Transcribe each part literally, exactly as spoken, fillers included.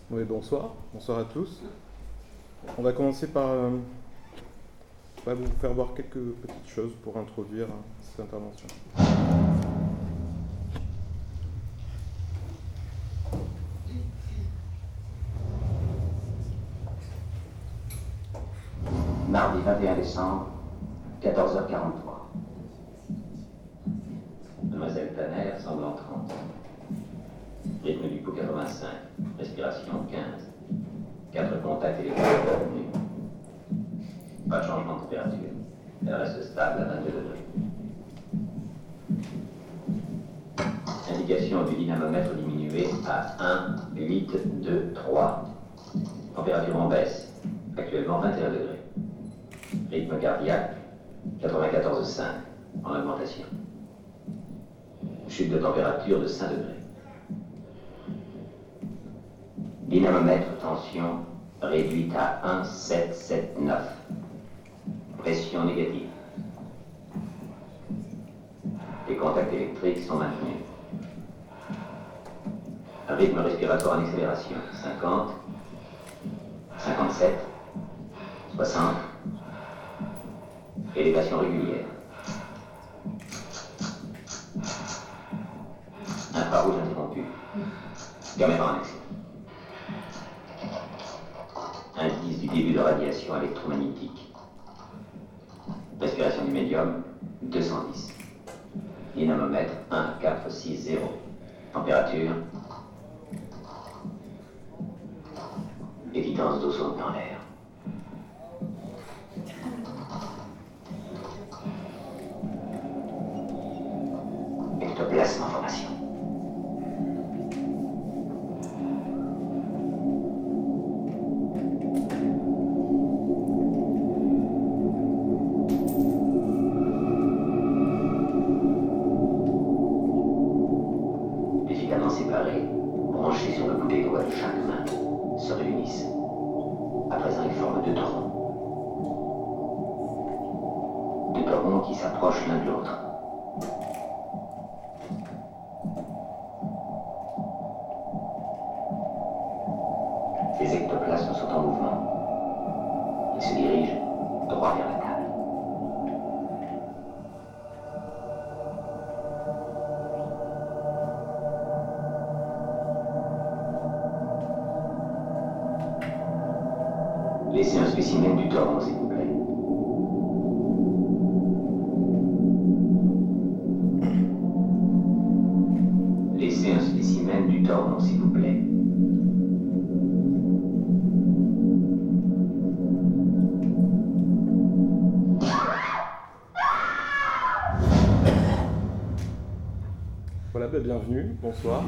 Oui, bonsoir. Bonsoir à tous. On va commencer par euh, on va vous faire voir quelques petites choses pour introduire euh, cette intervention. Mardi vingt et un décembre, quatorze heures quarante-trois. Demoiselle Tanner, semblant trente. Rythme du pouls quatre-vingt-cinq, respiration quinze. quatre contacts électriques revenus. Pas de changement de température. Elle reste stable à vingt-deux degrés. Indication du dynamomètre diminuée à un, huit, deux, trois. Température en baisse, actuellement vingt et un degrés. Rythme cardiaque, quatre-vingt-quatorze virgule cinq, en augmentation. Chute de température de cinq degrés. Dynamomètre tension réduite à un virgule sept sept neuf. Pression négative. Les contacts électriques sont maintenus. Rythme respiratoire en accélération, cinquante, cinquante-sept, soixante. Élévation régulière. Infrarouge interrompu. Caméra en accès. Indice du début de radiation électromagnétique. Respiration du médium, deux cent dix. Dynamomètre un quatre six zéro. Température. Évidence d'ozone dans l'air. Ectoplasme en formation. Les filaments séparés, branchés sur le bout des doigts de chaque main, se réunissent. À présent, ils forment deux torrents. Deux torrents qui s'approchent l'un de l'autre. Les ectoplasmes sont en mouvement. Ils se dirigent droit vers la table. Laissez un spécimen du torrent, s'il vous plaît. Laissez un spécimen du torrent, s'il vous plaît. Voilà, ben, bienvenue, bonsoir.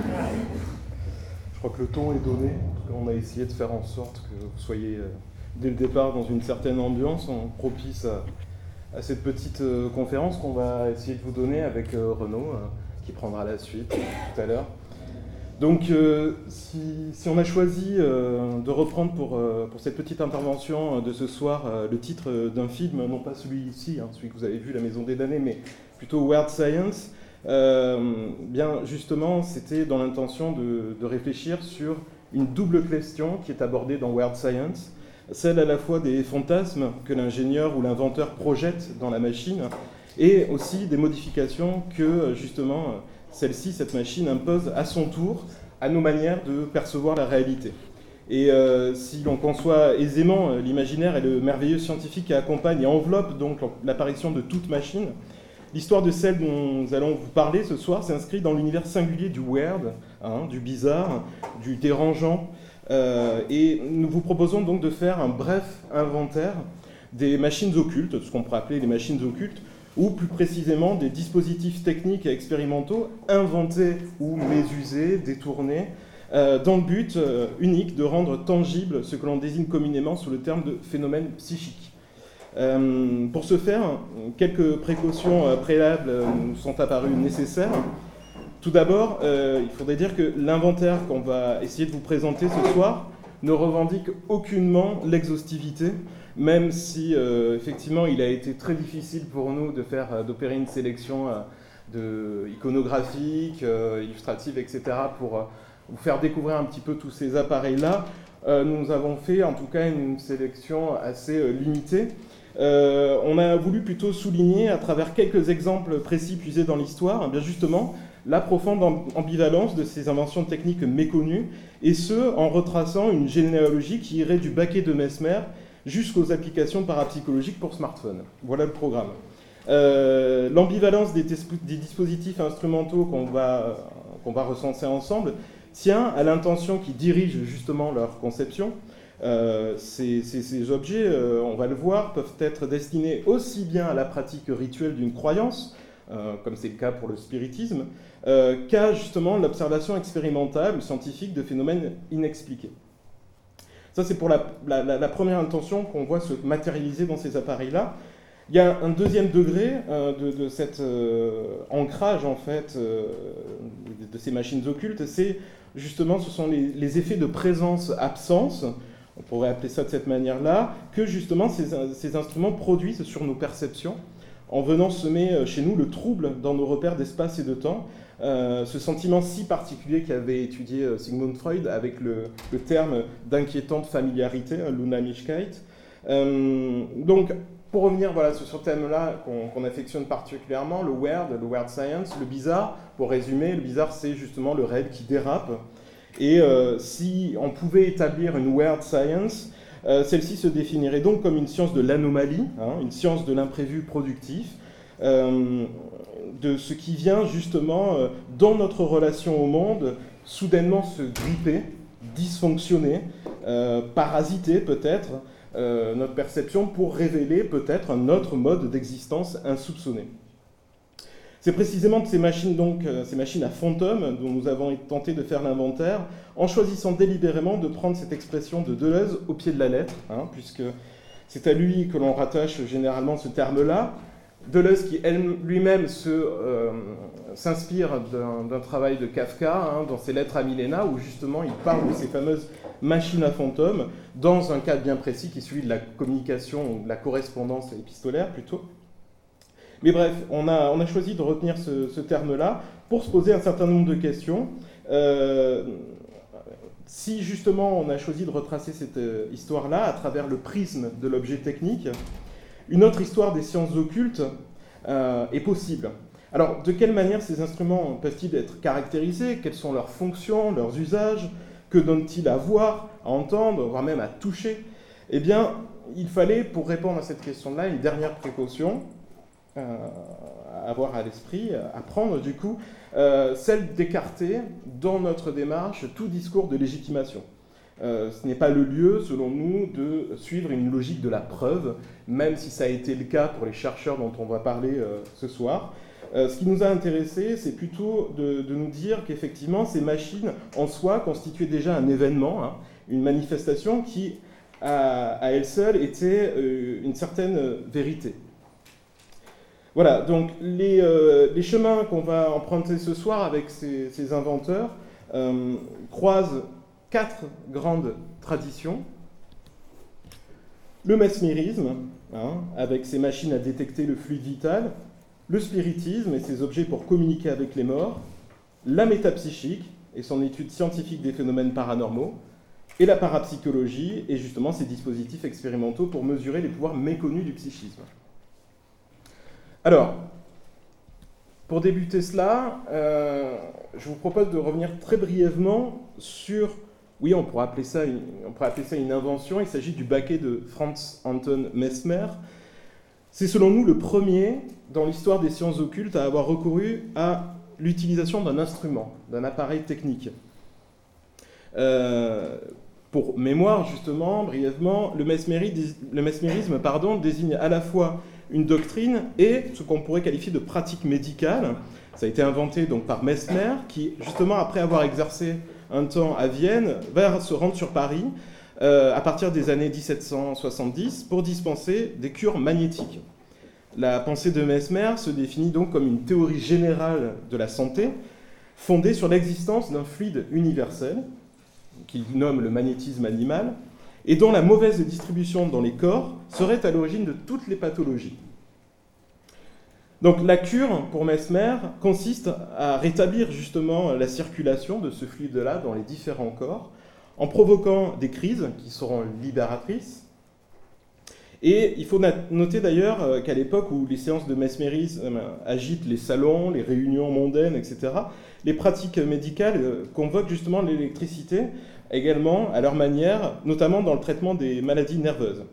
Je crois que le ton est donné. En tout cas, on a essayé de faire en sorte que vous soyez euh, dès le départ dans une certaine ambiance, en propice à, à cette petite euh, conférence qu'on va essayer de vous donner avec euh, Renaud, euh, qui prendra la suite tout à l'heure. Donc, euh, si, si on a choisi euh, de reprendre pour, euh, pour cette petite intervention euh, de ce soir euh, le titre euh, d'un film, non pas celui-ci, hein, celui que vous avez vu, La Maison des damnés, mais plutôt Weird Science, euh, bien justement, c'était dans l'intention de, de réfléchir sur une double question qui est abordée dans Weird Science, celle à la fois des fantasmes que l'ingénieur ou l'inventeur projette dans la machine, et aussi des modifications que justement celle-ci, cette machine, impose à son tour à nos manières de percevoir la réalité. Et euh, si l'on conçoit aisément l'imaginaire et le merveilleux scientifique qui accompagne et enveloppe donc l'apparition de toute machine, l'histoire de celle dont nous allons vous parler ce soir s'inscrit dans l'univers singulier du weird, hein, du bizarre, du dérangeant. Euh, et nous vous proposons donc de faire un bref inventaire des machines occultes, ce qu'on pourrait appeler les machines occultes, ou plus précisément des dispositifs techniques et expérimentaux inventés ou mésusés, détournés, euh, dans le but euh, unique de rendre tangible ce que l'on désigne communément sous le terme de phénomène psychique. Euh, pour ce faire, quelques précautions euh, préalables euh, nous sont apparues nécessaires. Tout d'abord, euh, il faudrait dire que l'inventaire qu'on va essayer de vous présenter ce soir ne revendique aucunement l'exhaustivité, même si euh, effectivement il a été très difficile pour nous de faire, euh, d'opérer une sélection euh, de, iconographique, euh, illustrative, et cetera pour euh, vous faire découvrir un petit peu tous ces appareils-là, euh, nous avons fait en tout cas une sélection assez euh, limitée. Euh, on a voulu plutôt souligner à travers quelques exemples précis puisés dans l'histoire, eh bien justement, la profonde ambivalence de ces inventions techniques méconnues, et ce, en retraçant une généalogie qui irait du baquet de Mesmer jusqu'aux applications parapsychologiques pour smartphone. Voilà le programme. Euh, l'ambivalence des, des dispositifs instrumentaux qu'on va, qu'on va recenser ensemble tient à l'intention qui dirige justement leur conception. Euh, ces, ces, ces objets, euh, on va le voir, peuvent être destinés aussi bien à la pratique rituelle d'une croyance, euh, comme c'est le cas pour le spiritisme, euh, qu'à justement l'observation expérimentale, scientifique de phénomènes inexpliqués. Ça, c'est pour la, la, la première intention qu'on voit se matérialiser dans ces appareils-là. Il y a un deuxième degré euh, de, de cet euh, ancrage, en fait, euh, de, de ces machines occultes, c'est justement, ce sont les, les effets de présence-absence, on pourrait appeler ça de cette manière-là, que justement ces, ces instruments produisent sur nos perceptions, en venant semer chez nous le trouble dans nos repères d'espace et de temps. Euh, ce sentiment si particulier qu'avait étudié Sigmund Freud avec le, le terme d'inquiétante familiarité, l'Unheimlichkeit. Euh, donc, pour revenir voilà, sur ce thème-là qu'on, qu'on affectionne particulièrement, le weird, le weird science, le bizarre, pour résumer, le bizarre c'est justement le réel qui dérape. Et euh, si on pouvait établir une weird science, euh, celle-ci se définirait donc comme une science de l'anomalie, hein, une science de l'imprévu productif, euh, de ce qui vient justement euh, dans notre relation au monde, soudainement se gripper, dysfonctionner, euh, parasiter peut-être euh, notre perception pour révéler peut-être un autre mode d'existence insoupçonné. C'est précisément de ces machines, donc, ces machines à fantômes dont nous avons tenté de faire l'inventaire, en choisissant délibérément de prendre cette expression de Deleuze au pied de la lettre, hein, puisque c'est à lui que l'on rattache généralement ce terme-là. Deleuze qui lui-même se, euh, s'inspire d'un, d'un travail de Kafka, hein, dans ses Lettres à Milena, où justement il parle de ces fameuses machines à fantômes, dans un cadre bien précis qui est celui de la communication, ou de la correspondance épistolaire plutôt. Mais bref, on a, on a choisi de retenir ce, ce terme-là pour se poser un certain nombre de questions. Euh, si justement on a choisi de retracer cette euh, histoire-là à travers le prisme de l'objet technique, une autre histoire des sciences occultes euh, est possible. Alors, de quelle manière ces instruments peuvent-ils être caractérisés? Quelles sont leurs fonctions, leurs usages? Que donnent-ils à voir, à entendre, voire même à toucher? Eh bien, il fallait, pour répondre à cette question-là, une dernière précaution, Euh, à avoir à l'esprit, à prendre du coup, euh, celle d'écarter dans notre démarche tout discours de légitimation. Euh, ce n'est pas le lieu, selon nous, de suivre une logique de la preuve, même si ça a été le cas pour les chercheurs dont on va parler euh, ce soir. Euh, ce qui nous a intéressé, c'est plutôt de, de nous dire qu'effectivement, ces machines en soi constituaient déjà un événement, hein, une manifestation qui, à, à elle seule, était euh, une certaine vérité. Voilà, donc les, euh, les chemins qu'on va emprunter ce soir avec ces, ces inventeurs euh, croisent quatre grandes traditions. Le mesmérisme, hein, avec ses machines à détecter le fluide vital, le spiritisme et ses objets pour communiquer avec les morts, la métapsychique et son étude scientifique des phénomènes paranormaux, et la parapsychologie et justement ses dispositifs expérimentaux pour mesurer les pouvoirs méconnus du psychisme. Alors, pour débuter cela, euh, je vous propose de revenir très brièvement sur, oui, on pourrait appeler ça une, on pourrait appeler ça une invention. Il s'agit du baquet de Franz Anton Mesmer. C'est selon nous le premier dans l'histoire des sciences occultes à avoir recouru à l'utilisation d'un instrument, d'un appareil technique. Euh, pour mémoire, justement, brièvement, le mesmérisme, le mesmérisme pardon, désigne à la fois une doctrine et ce qu'on pourrait qualifier de pratique médicale. Ça a été inventé donc par Mesmer, qui, justement, après avoir exercé un temps à Vienne, va se rendre sur Paris euh, à partir des années dix-sept cent soixante-dix pour dispenser des cures magnétiques. La pensée de Mesmer se définit donc comme une théorie générale de la santé, fondée sur l'existence d'un fluide universel, qu'il nomme le magnétisme animal, et dont la mauvaise distribution dans les corps serait à l'origine de toutes les pathologies. Donc la cure, pour Mesmer, consiste à rétablir justement la circulation de ce fluide-là dans les différents corps, en provoquant des crises qui seront libératrices. Et il faut noter d'ailleurs qu'à l'époque où les séances de mesmérisme agitent les salons, les réunions mondaines, et cetera, les pratiques médicales convoquent justement l'électricité également à leur manière, notamment dans le traitement des maladies nerveuses.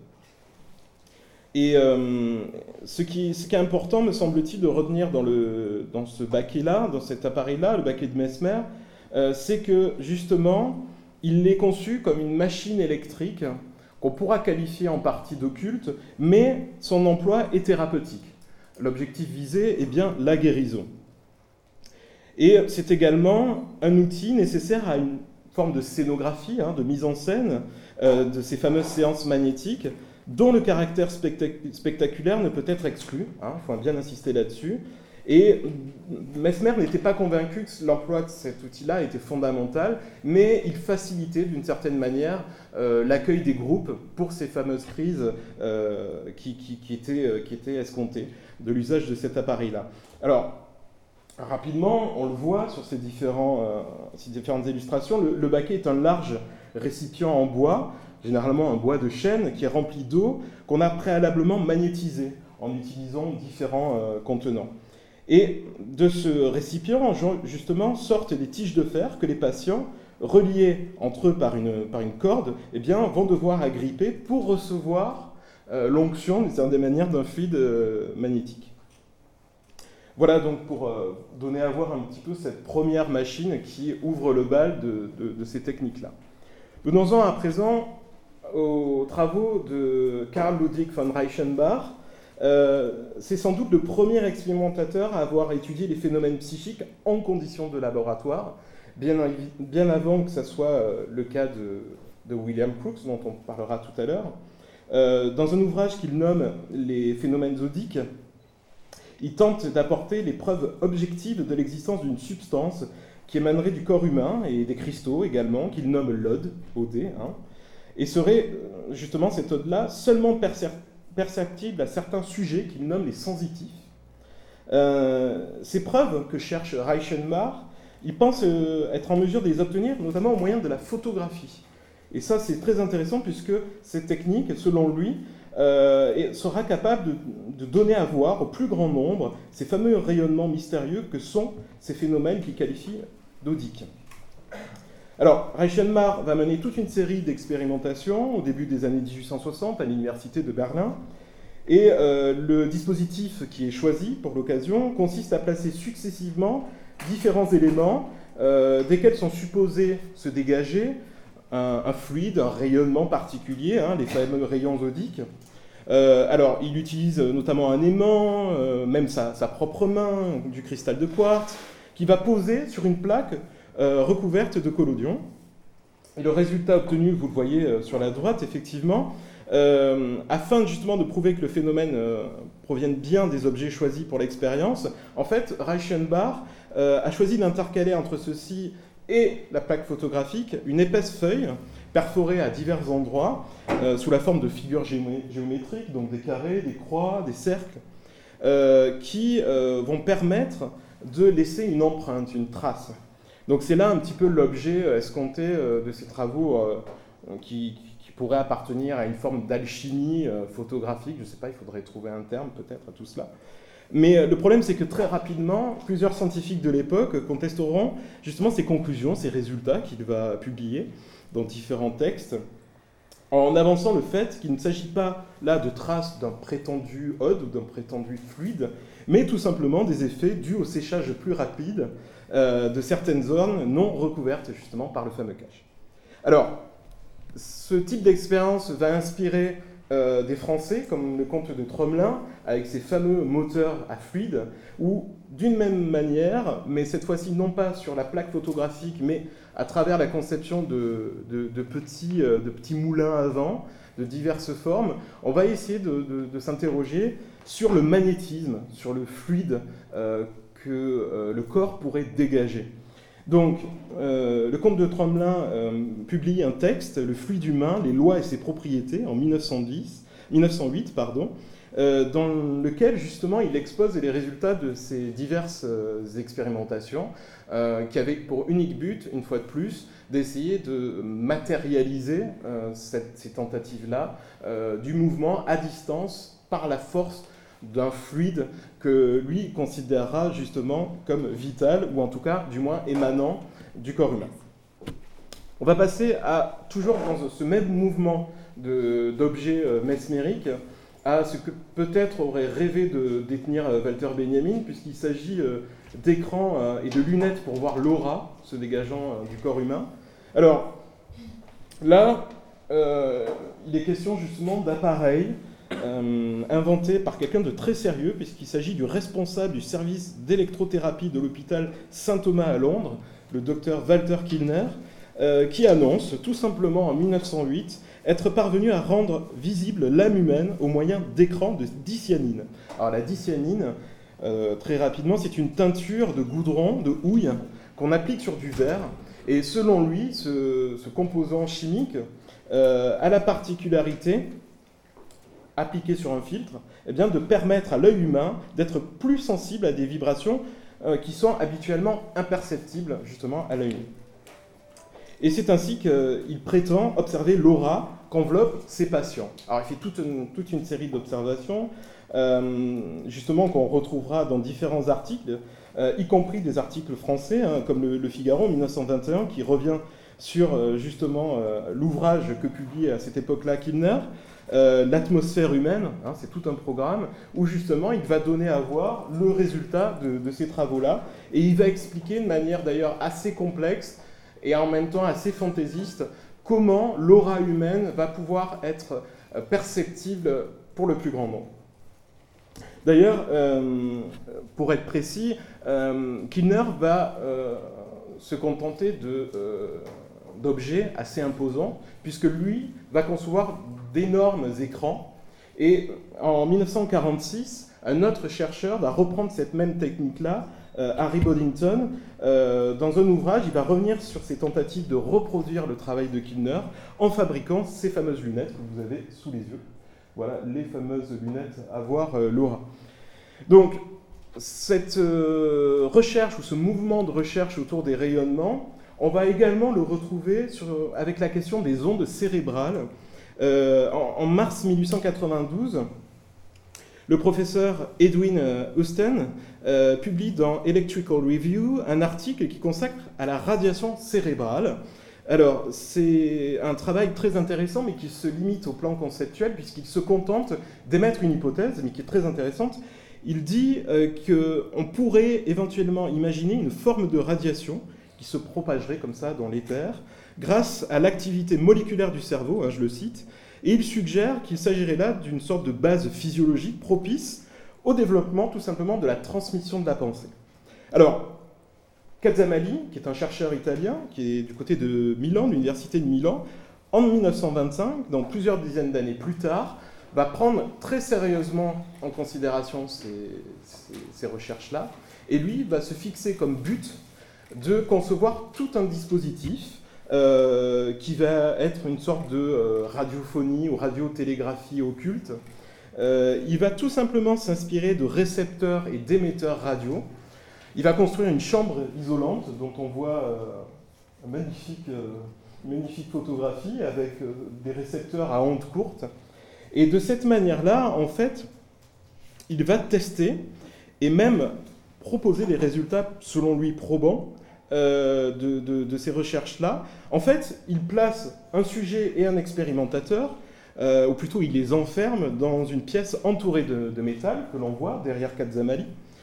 Et euh, ce, qui, ce qui est important, me semble-t-il, de retenir dans, le, dans ce baquet-là, dans cet appareil-là, le baquet de Mesmer, euh, c'est que justement, il est conçu comme une machine électrique qu'on pourra qualifier en partie d'occulte, mais son emploi est thérapeutique. L'objectif visé est bien la guérison. Et c'est également un outil nécessaire à une forme de scénographie, hein, de mise en scène euh, de ces fameuses séances magnétiques, dont le caractère spectac- spectaculaire ne peut être exclu, hein, il faut bien insister là-dessus. Et Mesmer n'était pas convaincu que l'emploi de cet outil-là était fondamental, mais il facilitait d'une certaine manière euh, l'accueil des groupes pour ces fameuses crises euh, qui, qui, qui, étaient, euh, qui étaient escomptées de l'usage de cet appareil-là. Alors, rapidement, on le voit sur ces, différents, euh, ces différentes illustrations, le, le baquet est un large récipient en bois, généralement un bois de chêne, qui est rempli d'eau, qu'on a préalablement magnétisé en utilisant différents euh, contenants. Et de ce récipient, justement, sortent des tiges de fer que les patients, reliés entre eux par une, par une corde, eh bien, vont devoir agripper pour recevoir euh, l'onction d'une des manières d'un fluide euh, magnétique. Voilà donc pour euh, donner à voir un petit peu cette première machine qui ouvre le bal de, de, de ces techniques-là. Venons-en à présent aux travaux de Karl Ludwig von Reichenbach. Euh, c'est sans doute le premier expérimentateur à avoir étudié les phénomènes psychiques en conditions de laboratoire, bien, bien avant que ce soit le cas de, de William Crookes, dont on parlera tout à l'heure. Euh, dans un ouvrage qu'il nomme « Les phénomènes zodiques », il tente d'apporter les preuves objectives de l'existence d'une substance qui émanerait du corps humain et des cristaux également, qu'il nomme l'ode, O D, hein, et serait justement cette ode-là seulement perceptible perceptible à certains sujets qu'il nomme les sensitifs. Euh, ces preuves que cherche Reichenbach, il pense euh, être en mesure de les obtenir notamment au moyen de la photographie. Et ça, c'est très intéressant puisque cette technique, selon lui, euh, sera capable de, de donner à voir au plus grand nombre ces fameux rayonnements mystérieux que sont ces phénomènes qu'il qualifie d'odiques. Alors, Reichenbach va mener toute une série d'expérimentations au début des années dix-huit cent soixante à l'université de Berlin. Et euh, le dispositif qui est choisi pour l'occasion consiste à placer successivement différents éléments euh, desquels sont supposés se dégager un, un fluide, un rayonnement particulier, hein, les fameux rayons odiques. Euh, alors, il utilise notamment un aimant, euh, même sa, sa propre main, du cristal de quartz, qui va poser sur une plaque Euh, recouverte de collodion. Et le résultat obtenu, vous le voyez euh, sur la droite, effectivement, euh, afin justement de prouver que le phénomène euh, provienne bien des objets choisis pour l'expérience, en fait, Reichenbach euh, a choisi d'intercaler entre ceci et la plaque photographique une épaisse feuille perforée à divers endroits, euh, sous la forme de figures géomé- géométriques, donc des carrés, des croix, des cercles, euh, qui euh, vont permettre de laisser une empreinte, une trace. Donc c'est là un petit peu l'objet escompté de ces travaux qui, qui pourraient appartenir à une forme d'alchimie photographique. Je ne sais pas, il faudrait trouver un terme peut-être à tout cela. Mais le problème, c'est que très rapidement, plusieurs scientifiques de l'époque contesteront justement ces conclusions, ces résultats qu'il va publier dans différents textes, en avançant le fait qu'il ne s'agit pas là de traces d'un prétendu ode ou d'un prétendu fluide, mais tout simplement des effets dus au séchage plus rapide euh, de certaines zones non recouvertes justement par le fameux cache. Alors, ce type d'expérience va inspirer euh, des Français, comme le comte de Tromelin, avec ses fameux moteurs à fluide, où d'une même manière, mais cette fois-ci non pas sur la plaque photographique, mais à travers la conception de, de, de, petits, de petits moulins à vent, de diverses formes, on va essayer de, de, de s'interroger sur le magnétisme, sur le fluide euh, que euh, le corps pourrait dégager. Donc, euh, le comte de Tromelin euh, publie un texte, Le fluide humain, les lois et ses propriétés, en mille neuf cent dix, mille neuf cent huit, pardon, euh, dans lequel justement il expose les résultats de ces diverses euh, expérimentations euh, qui avaient pour unique but, une fois de plus, d'essayer de matérialiser euh, cette, ces tentatives-là euh, du mouvement à distance par la force d'un fluide que lui considérera justement comme vital, ou en tout cas du moins émanant du corps humain. On va passer à, toujours dans ce même mouvement de, d'objets euh, mesmériques, à ce que peut-être aurait rêvé de détenir euh, Walter Benjamin, puisqu'il s'agit euh, d'écrans euh, et de lunettes pour voir l'aura se dégageant euh, du corps humain. Alors, là, euh, il est question justement d'appareils euh, inventés par quelqu'un de très sérieux, puisqu'il s'agit du responsable du service d'électrothérapie de l'hôpital Saint-Thomas à Londres, le docteur Walter Kilner, euh, qui annonce tout simplement en mille neuf cent huit être parvenu à rendre visible l'âme humaine au moyen d'écrans de dicyanine. Alors la dicyanine, euh, très rapidement, c'est une teinture de goudron, de houille, qu'on applique sur du verre. Et selon lui, ce, ce composant chimique euh, a la particularité, appliqué sur un filtre, eh bien, de permettre à l'œil humain d'être plus sensible à des vibrations euh, qui sont habituellement imperceptibles justement à l'œil nu. Et c'est ainsi qu'il prétend observer l'aura qu'enveloppe ses patients. Alors il fait toute une, toute une série d'observations, euh, justement qu'on retrouvera dans différents articles, euh, y compris des articles français, hein, comme le, le Figaro en mille neuf cent vingt et un, qui revient sur euh, justement euh, l'ouvrage que publie à cette époque-là Kilner, euh, L'atmosphère humaine, hein, c'est tout un programme, où justement il va donner à voir le résultat de, de ces travaux-là, et il va expliquer de manière d'ailleurs assez complexe, et en même temps assez fantaisiste, comment l'aura humaine va pouvoir être perceptible pour le plus grand nombre. D'ailleurs, euh, pour être précis, euh, Kilner va euh, se contenter de, euh, d'objets assez imposants, puisque lui va concevoir d'énormes écrans, et en mille neuf cent quarante-six, un autre chercheur va reprendre cette même technique-là, Euh, Harry Boddington, euh, dans un ouvrage, il va revenir sur ses tentatives de reproduire le travail de Kilner en fabriquant ces fameuses lunettes que vous avez sous les yeux. Voilà, les fameuses lunettes à voir euh, l'aura. Donc, cette euh, recherche ou ce mouvement de recherche autour des rayonnements, on va également le retrouver sur, avec la question des ondes cérébrales. Euh, en, en mars mille huit cent quatre-vingt-douze, le professeur Edwin Houston euh, publie dans Electrical Review un article qui consacre à la radiation cérébrale. Alors, c'est un travail très intéressant, mais qui se limite au plan conceptuel, puisqu'il se contente d'émettre une hypothèse, mais qui est très intéressante. Il dit euh, qu'on pourrait éventuellement imaginer une forme de radiation qui se propagerait comme ça dans l'éther, grâce à l'activité moléculaire du cerveau, hein, je le cite, et il suggère qu'il s'agirait là d'une sorte de base physiologique propice au développement tout simplement de la transmission de la pensée. Alors, Cazzamali, qui est un chercheur italien, qui est du côté de Milan, de l'université de Milan, en mille neuf cent vingt-cinq, donc plusieurs dizaines d'années plus tard, va prendre très sérieusement en considération ces, ces, ces recherches-là, et lui va se fixer comme but de concevoir tout un dispositif Euh, qui va être une sorte de euh, radiophonie ou radiotélégraphie occulte. Euh, il va tout simplement s'inspirer de récepteurs et d'émetteurs radio. Il va construire une chambre isolante dont on voit euh, une magnifique, euh, magnifique photographie avec euh, des récepteurs à ondes courtes. Et de cette manière-là, en fait, il va tester et même proposer des résultats, selon lui, probants, Euh, de, de, de ces recherches-là. En fait, il place un sujet et un expérimentateur, euh, ou plutôt il les enferme dans une pièce entourée de, de métal, que l'on voit derrière Cazzamali,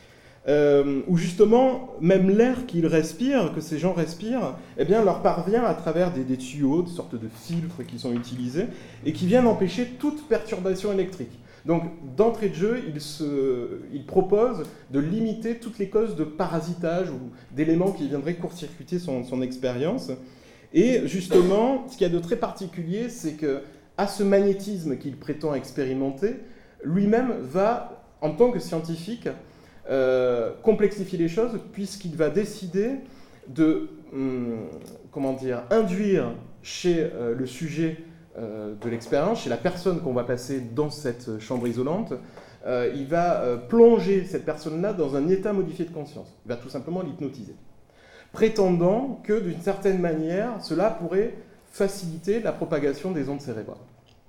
euh, où justement, même l'air qu'ils respirent, que ces gens respirent, eh bien, leur parvient à travers des, des tuyaux, des sortes de filtres qui sont utilisés, et qui viennent empêcher toute perturbation électrique. Donc, d'entrée de jeu, il, se, il propose de limiter toutes les causes de parasitage ou d'éléments qui viendraient court-circuiter son, son expérience. Et justement, ce qu'il y a de très particulier, c'est qu'à ce magnétisme qu'il prétend expérimenter, lui-même va, en tant que scientifique, euh, complexifier les choses, puisqu'il va décider de hum, comment dire, induire chez euh, le sujet euh, de l'expérience, chez la personne qu'on va placer dans cette chambre isolante, euh, il va euh, plonger cette personne-là dans un état modifié de conscience. Il va tout simplement l'hypnotiser, prétendant que d'une certaine manière, cela pourrait faciliter la propagation des ondes cérébrales.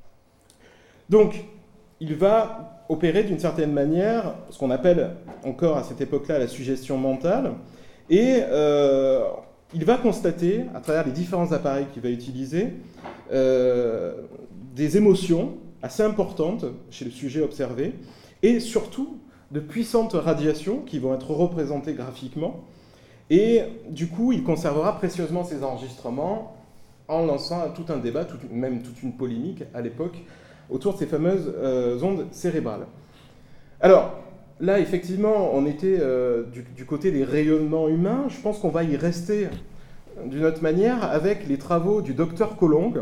Donc, il va opérer d'une certaine manière ce qu'on appelle encore à cette époque-là la suggestion mentale, et euh, il va constater, à travers les différents appareils qu'il va utiliser, euh, des émotions assez importantes chez le sujet observé, et surtout de puissantes radiations qui vont être représentées graphiquement, et du coup, il conservera précieusement ces enregistrements en lançant tout un débat, tout, même toute une polémique à l'époque, autour de ces fameuses euh, ondes cérébrales. Alors, là, effectivement, on était euh, du, du côté des rayonnements humains. Je pense qu'on va y rester d'une autre manière avec les travaux du docteur Colomb.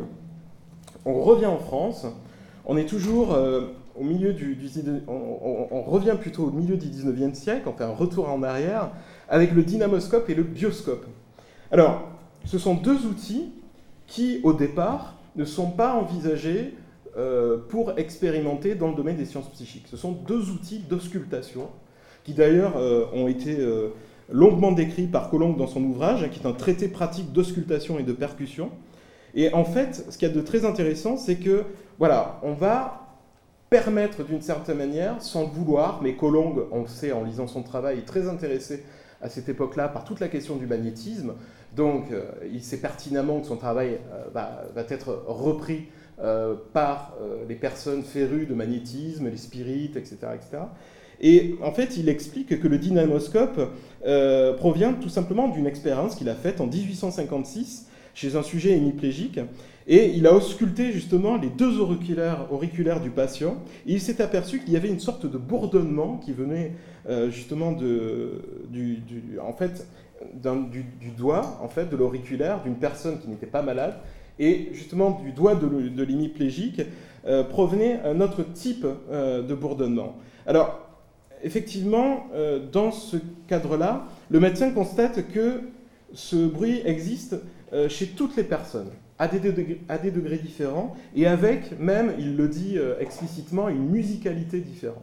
On revient en France. On est toujours euh, au milieu du... du on, on, on revient plutôt au milieu du dix-neuvième siècle, on fait un retour en arrière, avec le dynamoscope et le bioscope. Alors, ce sont deux outils qui, au départ, ne sont pas envisagés euh, pour expérimenter dans le domaine des sciences psychiques. Ce sont deux outils d'auscultation qui, d'ailleurs, euh, ont été euh, longuement décrits par Colomb dans son ouvrage, qui est un traité pratique d'auscultation et de percussion. Et en fait, ce qu'il y a de très intéressant, c'est que, voilà, on va permettre d'une certaine manière, sans le vouloir, mais Colomb, on le sait en lisant son travail, est très intéressé à cette époque-là par toute la question du magnétisme. Donc, euh, il sait pertinemment que son travail euh, va, va être repris euh, par euh, les personnes férues de magnétisme, les spirites, et cetera, et cetera. Et en fait, il explique que le dynamoscope euh, provient tout simplement d'une expérience qu'il a faite en dix-huit cent cinquante-six chez un sujet hémiplégique. Et il a ausculté justement les deux auriculaires, auriculaires du patient. Et il s'est aperçu qu'il y avait une sorte de bourdonnement qui venait euh, justement de, du, du, en fait, du, du doigt, en fait, de l'auriculaire d'une personne qui n'était pas malade. Et justement, du doigt de, de l'hémiplégique euh, provenait un autre type euh, de bourdonnement. Alors, effectivement, euh, dans ce cadre-là, le médecin constate que ce bruit existe euh, chez toutes les personnes, à des, degrés, à des degrés différents, et avec même, il le dit euh, explicitement, une musicalité différente.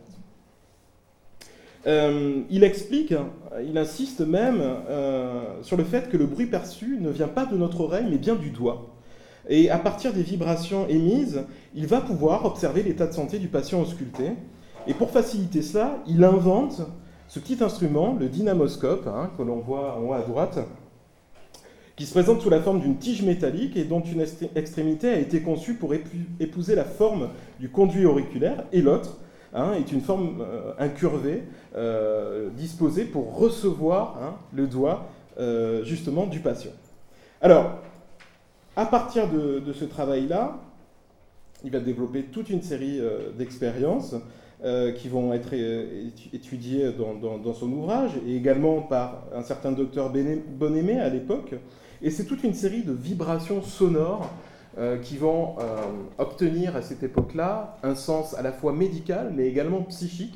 Euh, il explique, il insiste même euh, sur le fait que le bruit perçu ne vient pas de notre oreille, mais bien du doigt. Et à partir des vibrations émises, il va pouvoir observer l'état de santé du patient ausculté. Et pour faciliter cela, il invente ce petit instrument, le dynamoscope, hein, que l'on voit en haut à droite, qui se présente sous la forme d'une tige métallique et dont une extrémité a été conçue pour épouser la forme du conduit auriculaire, et l'autre hein, est une forme euh, incurvée, euh, disposée pour recevoir hein, le doigt euh, justement du patient. Alors, à partir de, de ce travail-là, il va développer toute une série euh, d'expériences euh, qui vont être euh, étudiées dans, dans, dans son ouvrage, et également par un certain docteur Bonnemé à l'époque. Et c'est toute une série de vibrations sonores euh, qui vont euh, obtenir à cette époque-là un sens à la fois médical, mais également psychique.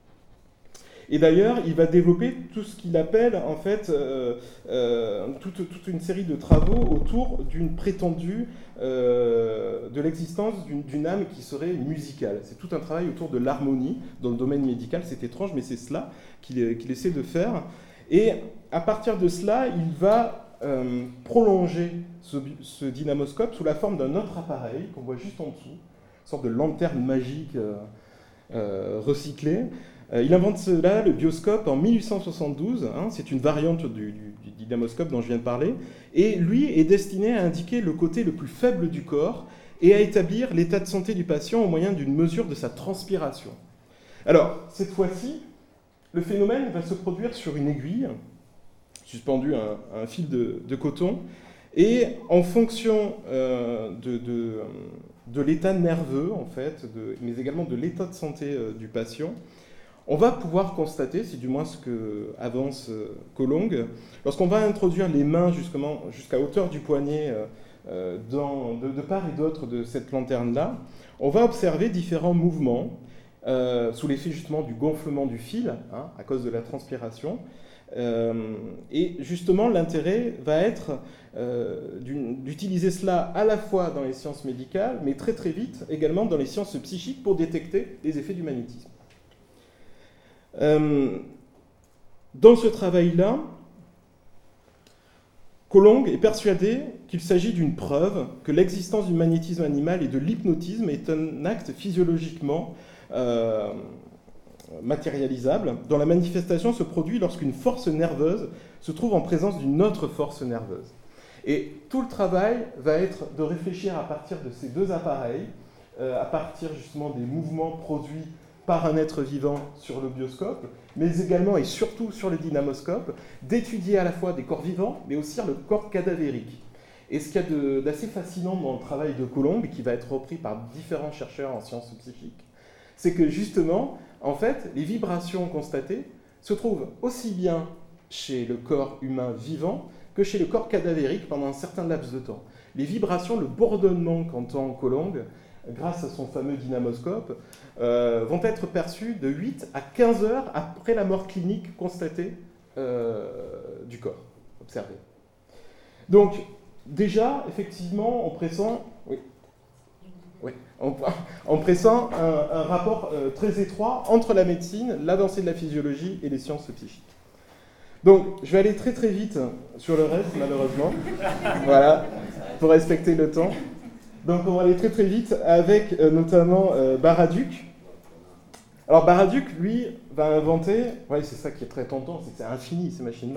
Et d'ailleurs, il va développer tout ce qu'il appelle, en fait, euh, euh, toute, toute une série de travaux autour d'une prétendue, euh, de l'existence d'une, d'une âme qui serait musicale. C'est tout un travail autour de l'harmonie dans le domaine médical. C'est étrange, mais c'est cela qu'il, qu'il essaie de faire. Et à partir de cela, il va euh, prolonger ce, ce dynamoscope sous la forme d'un autre appareil qu'on voit juste en dessous, une sorte de lanterne magique euh, euh, recyclée. Il invente cela, le bioscope, en mille huit cent soixante-douze. Hein, c'est une variante du, du, du dynamoscope dont je viens de parler. Et lui est destiné à indiquer le côté le plus faible du corps et à établir l'état de santé du patient au moyen d'une mesure de sa transpiration. Alors, cette fois-ci, le phénomène va se produire sur une aiguille, suspendue à un, à un fil de, de coton. Et en fonction euh, de, de, de l'état nerveux, en fait, de, mais également de l'état de santé euh, du patient, on va pouvoir constater, c'est du moins ce que avance Colomb, lorsqu'on va introduire les mains justement, jusqu'à hauteur du poignet euh, dans, de, de part et d'autre de cette lanterne-là, on va observer différents mouvements euh, sous l'effet justement du gonflement du fil, hein, à cause de la transpiration, Euh, et justement, l'intérêt va être euh, d'utiliser cela à la fois dans les sciences médicales, mais très très vite également dans les sciences psychiques pour détecter les effets du magnétisme. Euh, dans ce travail-là, Coulomb est persuadé qu'il s'agit d'une preuve que l'existence du magnétisme animal et de l'hypnotisme est un acte physiologiquement euh, matérialisable, dont la manifestation se produit lorsqu'une force nerveuse se trouve en présence d'une autre force nerveuse. Et tout le travail va être de réfléchir à partir de ces deux appareils, euh, à partir justement des mouvements produits par un être vivant sur le bioscope, mais également et surtout sur le dynamoscope, d'étudier à la fois des corps vivants, mais aussi le corps cadavérique. Et ce qu'il y a d'assez fascinant dans le travail de Coulomb, qui va être repris par différents chercheurs en sciences psychiques, c'est que justement, en fait, les vibrations constatées se trouvent aussi bien chez le corps humain vivant que chez le corps cadavérique pendant un certain laps de temps. Les vibrations, le bourdonnement qu'entend Coulomb, grâce à son fameux dynamoscope, euh, vont être perçus de huit à quinze heures après la mort clinique constatée euh, du corps observé. Donc, déjà, effectivement, on pressent, oui, oui, on, on pressent un, un rapport euh, très étroit entre la médecine, l'avancée de la physiologie et les sciences psychiques. Donc, je vais aller très très vite sur le reste, malheureusement, voilà, pour respecter le temps. Donc on va aller très très vite avec euh, notamment euh, Baraduc. Alors Baraduc, lui, va inventer, ouais, c'est ça qui est très tentant, c'est que c'est infini ces machines-là.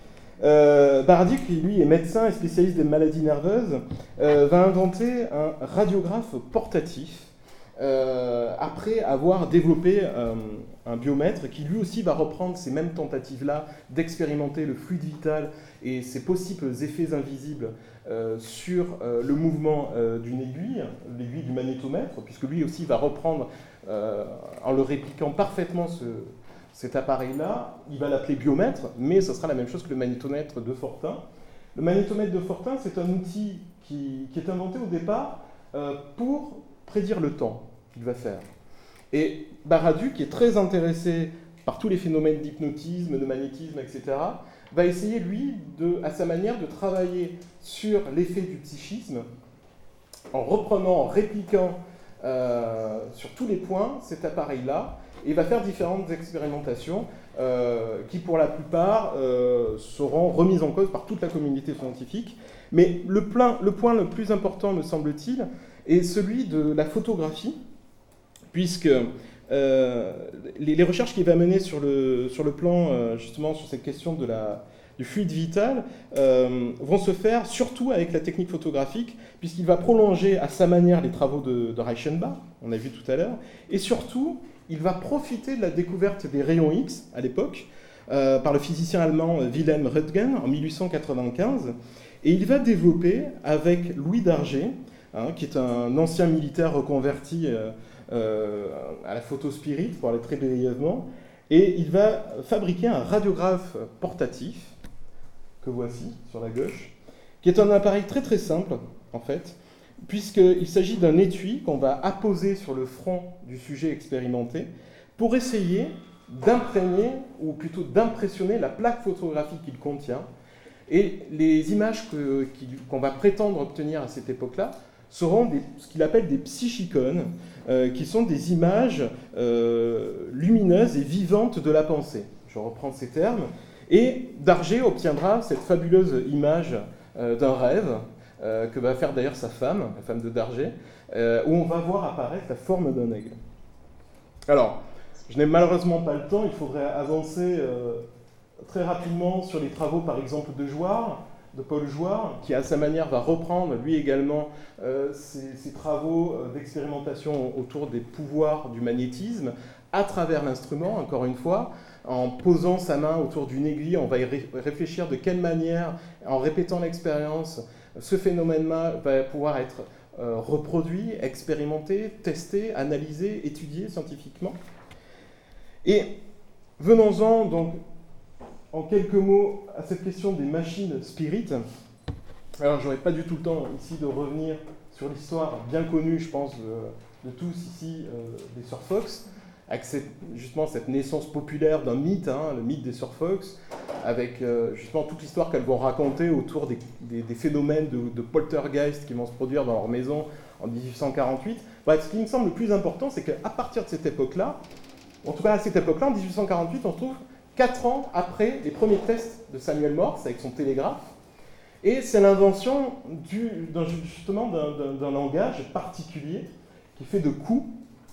Euh, Baraduc, lui, est médecin et spécialiste des maladies nerveuses, euh, va inventer un radiographe portatif euh, après avoir développé euh, un biomètre qui lui aussi va reprendre ces mêmes tentatives-là d'expérimenter le fluide vital et ses possibles effets invisibles Euh, sur euh, le mouvement euh, d'une aiguille, l'aiguille du magnétomètre, puisque lui aussi va reprendre, euh, en le répliquant parfaitement ce, cet appareil-là, il va l'appeler biomètre, mais ce sera la même chose que le magnétomètre de Fortin. Le magnétomètre de Fortin, c'est un outil qui, qui est inventé au départ euh, pour prédire le temps qu'il va faire. Et Baraduc, qui est très intéressé par tous les phénomènes d'hypnotisme, de magnétisme, et cetera, va essayer, lui, de, à sa manière, de travailler sur l'effet du psychisme, en reprenant, en répliquant euh, sur tous les points cet appareil-là, et va faire différentes expérimentations euh, qui, pour la plupart, euh, seront remises en cause par toute la communauté scientifique. Mais le, plein, le point le plus important, me semble-t-il, est celui de la photographie, puisque Euh, les, les recherches qu'il va mener sur le, sur le plan, euh, justement, sur cette question de la, du fluide vital, euh, vont se faire surtout avec la technique photographique, puisqu'il va prolonger à sa manière les travaux de, de Reichenbach, on a vu tout à l'heure, et surtout, il va profiter de la découverte des rayons X, à l'époque, euh, par le physicien allemand Wilhelm Röntgen, en mille huit cent quatre-vingt-quinze, et il va développer, avec Louis Darget, hein, qui est un ancien militaire reconverti euh, Euh, à la photo spirit, pour aller très brièvement, et il va fabriquer un radiographe portatif, que voici sur la gauche, qui est un appareil très très simple, en fait, puisqu'il s'agit d'un étui qu'on va apposer sur le front du sujet expérimenté pour essayer d'imprégner, ou plutôt d'impressionner la plaque photographique qu'il contient. Et les images que, qu'on va prétendre obtenir à cette époque-là seront des, ce qu'il appelle des psychicones, euh, qui sont des images euh, lumineuses et vivantes de la pensée. Je reprends ces termes. Et Darget obtiendra cette fabuleuse image euh, d'un rêve, euh, que va faire d'ailleurs sa femme, la femme de Darget, euh, où on va voir apparaître la forme d'un aigle. Alors, je n'ai malheureusement pas le temps, il faudrait avancer euh, très rapidement sur les travaux, par exemple, de Jouard, de Paul Jouard, qui à sa manière va reprendre lui également euh, ses, ses travaux euh, d'expérimentation autour des pouvoirs du magnétisme à travers l'instrument, encore une fois, en posant sa main autour d'une aiguille, on va y ré- réfléchir de quelle manière, en répétant l'expérience, ce phénomène-là va pouvoir être euh, reproduit, expérimenté, testé, analysé, étudié scientifiquement. Et venons-en donc en quelques mots à cette question des machines spirites. Alors, je n'aurai pas du tout le temps ici de revenir sur l'histoire bien connue, je pense, de, de tous ici, euh, des Sœurs Fox. avec cette, justement cette naissance populaire d'un mythe, hein, le mythe des Sœurs Fox, avec euh, justement toute l'histoire qu'elles vont raconter autour des, des, des phénomènes de, de poltergeist qui vont se produire dans leur maison en dix-huit cent quarante-huit. Bref, ce qui me semble le plus important, c'est qu'à partir de cette époque-là, en tout cas à cette époque-là, en dix-huit cent quarante-huit, on se trouve quatre ans après les premiers tests de Samuel Morse avec son télégraphe, et c'est l'invention du, d'un, justement d'un, d'un, d'un langage particulier qui fait de coups,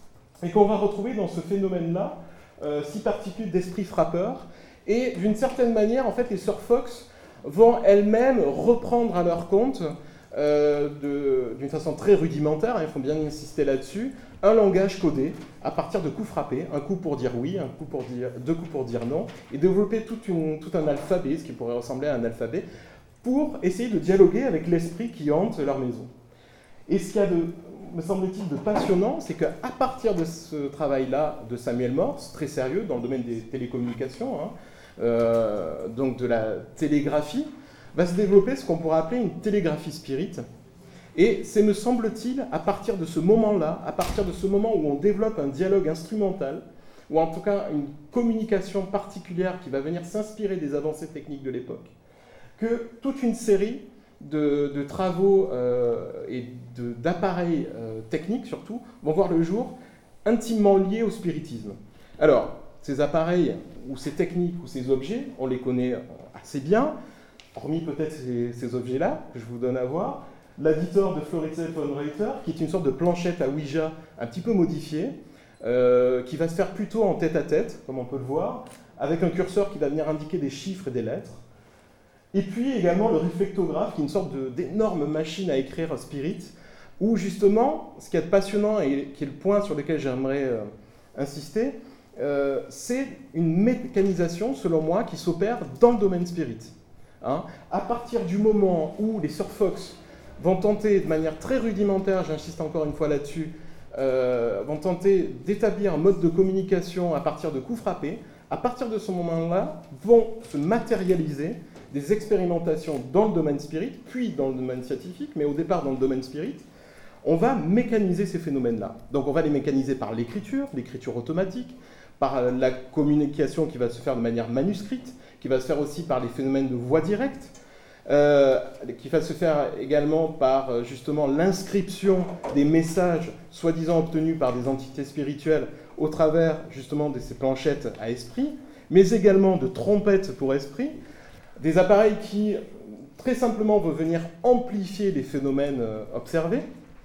et qu'on va retrouver dans ce phénomène-là, euh, six particules d'esprit frappeur, et d'une certaine manière, en fait, les Sœurs Fox vont elles-mêmes reprendre à leur compte, euh, de, d'une façon très rudimentaire, hein, il faut bien insister là-dessus, un langage codé à partir de coups frappés, un coup pour dire oui, un coup pour dire, deux coups pour dire non, et développer toute une, tout un alphabet, ce qui pourrait ressembler à un alphabet, pour essayer de dialoguer avec l'esprit qui hante leur maison. Et ce qu'il y a de, me semble-t-il, de passionnant, c'est qu'à partir de ce travail-là de Samuel Morse, très sérieux dans le domaine des télécommunications, hein, euh, donc de la télégraphie, va se développer ce qu'on pourrait appeler une télégraphie spirit. Et c'est, me semble-t-il, à partir de ce moment-là, à partir de ce moment où on développe un dialogue instrumental, ou en tout cas une communication particulière qui va venir s'inspirer des avancées techniques de l'époque, que toute une série de, de travaux euh, et de, d'appareils euh, techniques, surtout, vont voir le jour intimement liés au spiritisme. Alors, ces appareils, ou ces techniques, ou ces objets, on les connaît assez bien, hormis peut-être ces, ces objets-là, que je vous donne à voir. L'Aditor de Floritze von Reuter, qui est une sorte de planchette à Ouija un petit peu modifiée, euh, qui va se faire plutôt en tête-à-tête, comme on peut le voir, avec un curseur qui va venir indiquer des chiffres et des lettres. Et puis également le réflectographe, qui est une sorte de, d'énorme machine à écrire spirit, où justement, ce qui est passionnant et qui est le point sur lequel j'aimerais euh, insister, euh, c'est une mécanisation, selon moi, qui s'opère dans le domaine spirit. Hein, à partir du moment où les Sœurs Fox vont tenter de manière très rudimentaire, j'insiste encore une fois là-dessus, euh, vont tenter d'établir un mode de communication à partir de coups frappés, à partir de ce moment-là, vont se matérialiser des expérimentations dans le domaine spirit, puis dans le domaine scientifique, mais au départ dans le domaine spirit. On va mécaniser ces phénomènes-là. Donc on va les mécaniser par l'écriture, l'écriture automatique, par la communication qui va se faire de manière manuscrite, qui va se faire aussi par les phénomènes de voix directe, euh, qui va se faire également par euh, justement l'inscription des messages soi-disant obtenus par des entités spirituelles au travers justement de ces planchettes à esprit, mais également de trompettes pour esprit, des appareils qui très simplement vont venir amplifier les phénomènes euh, observés.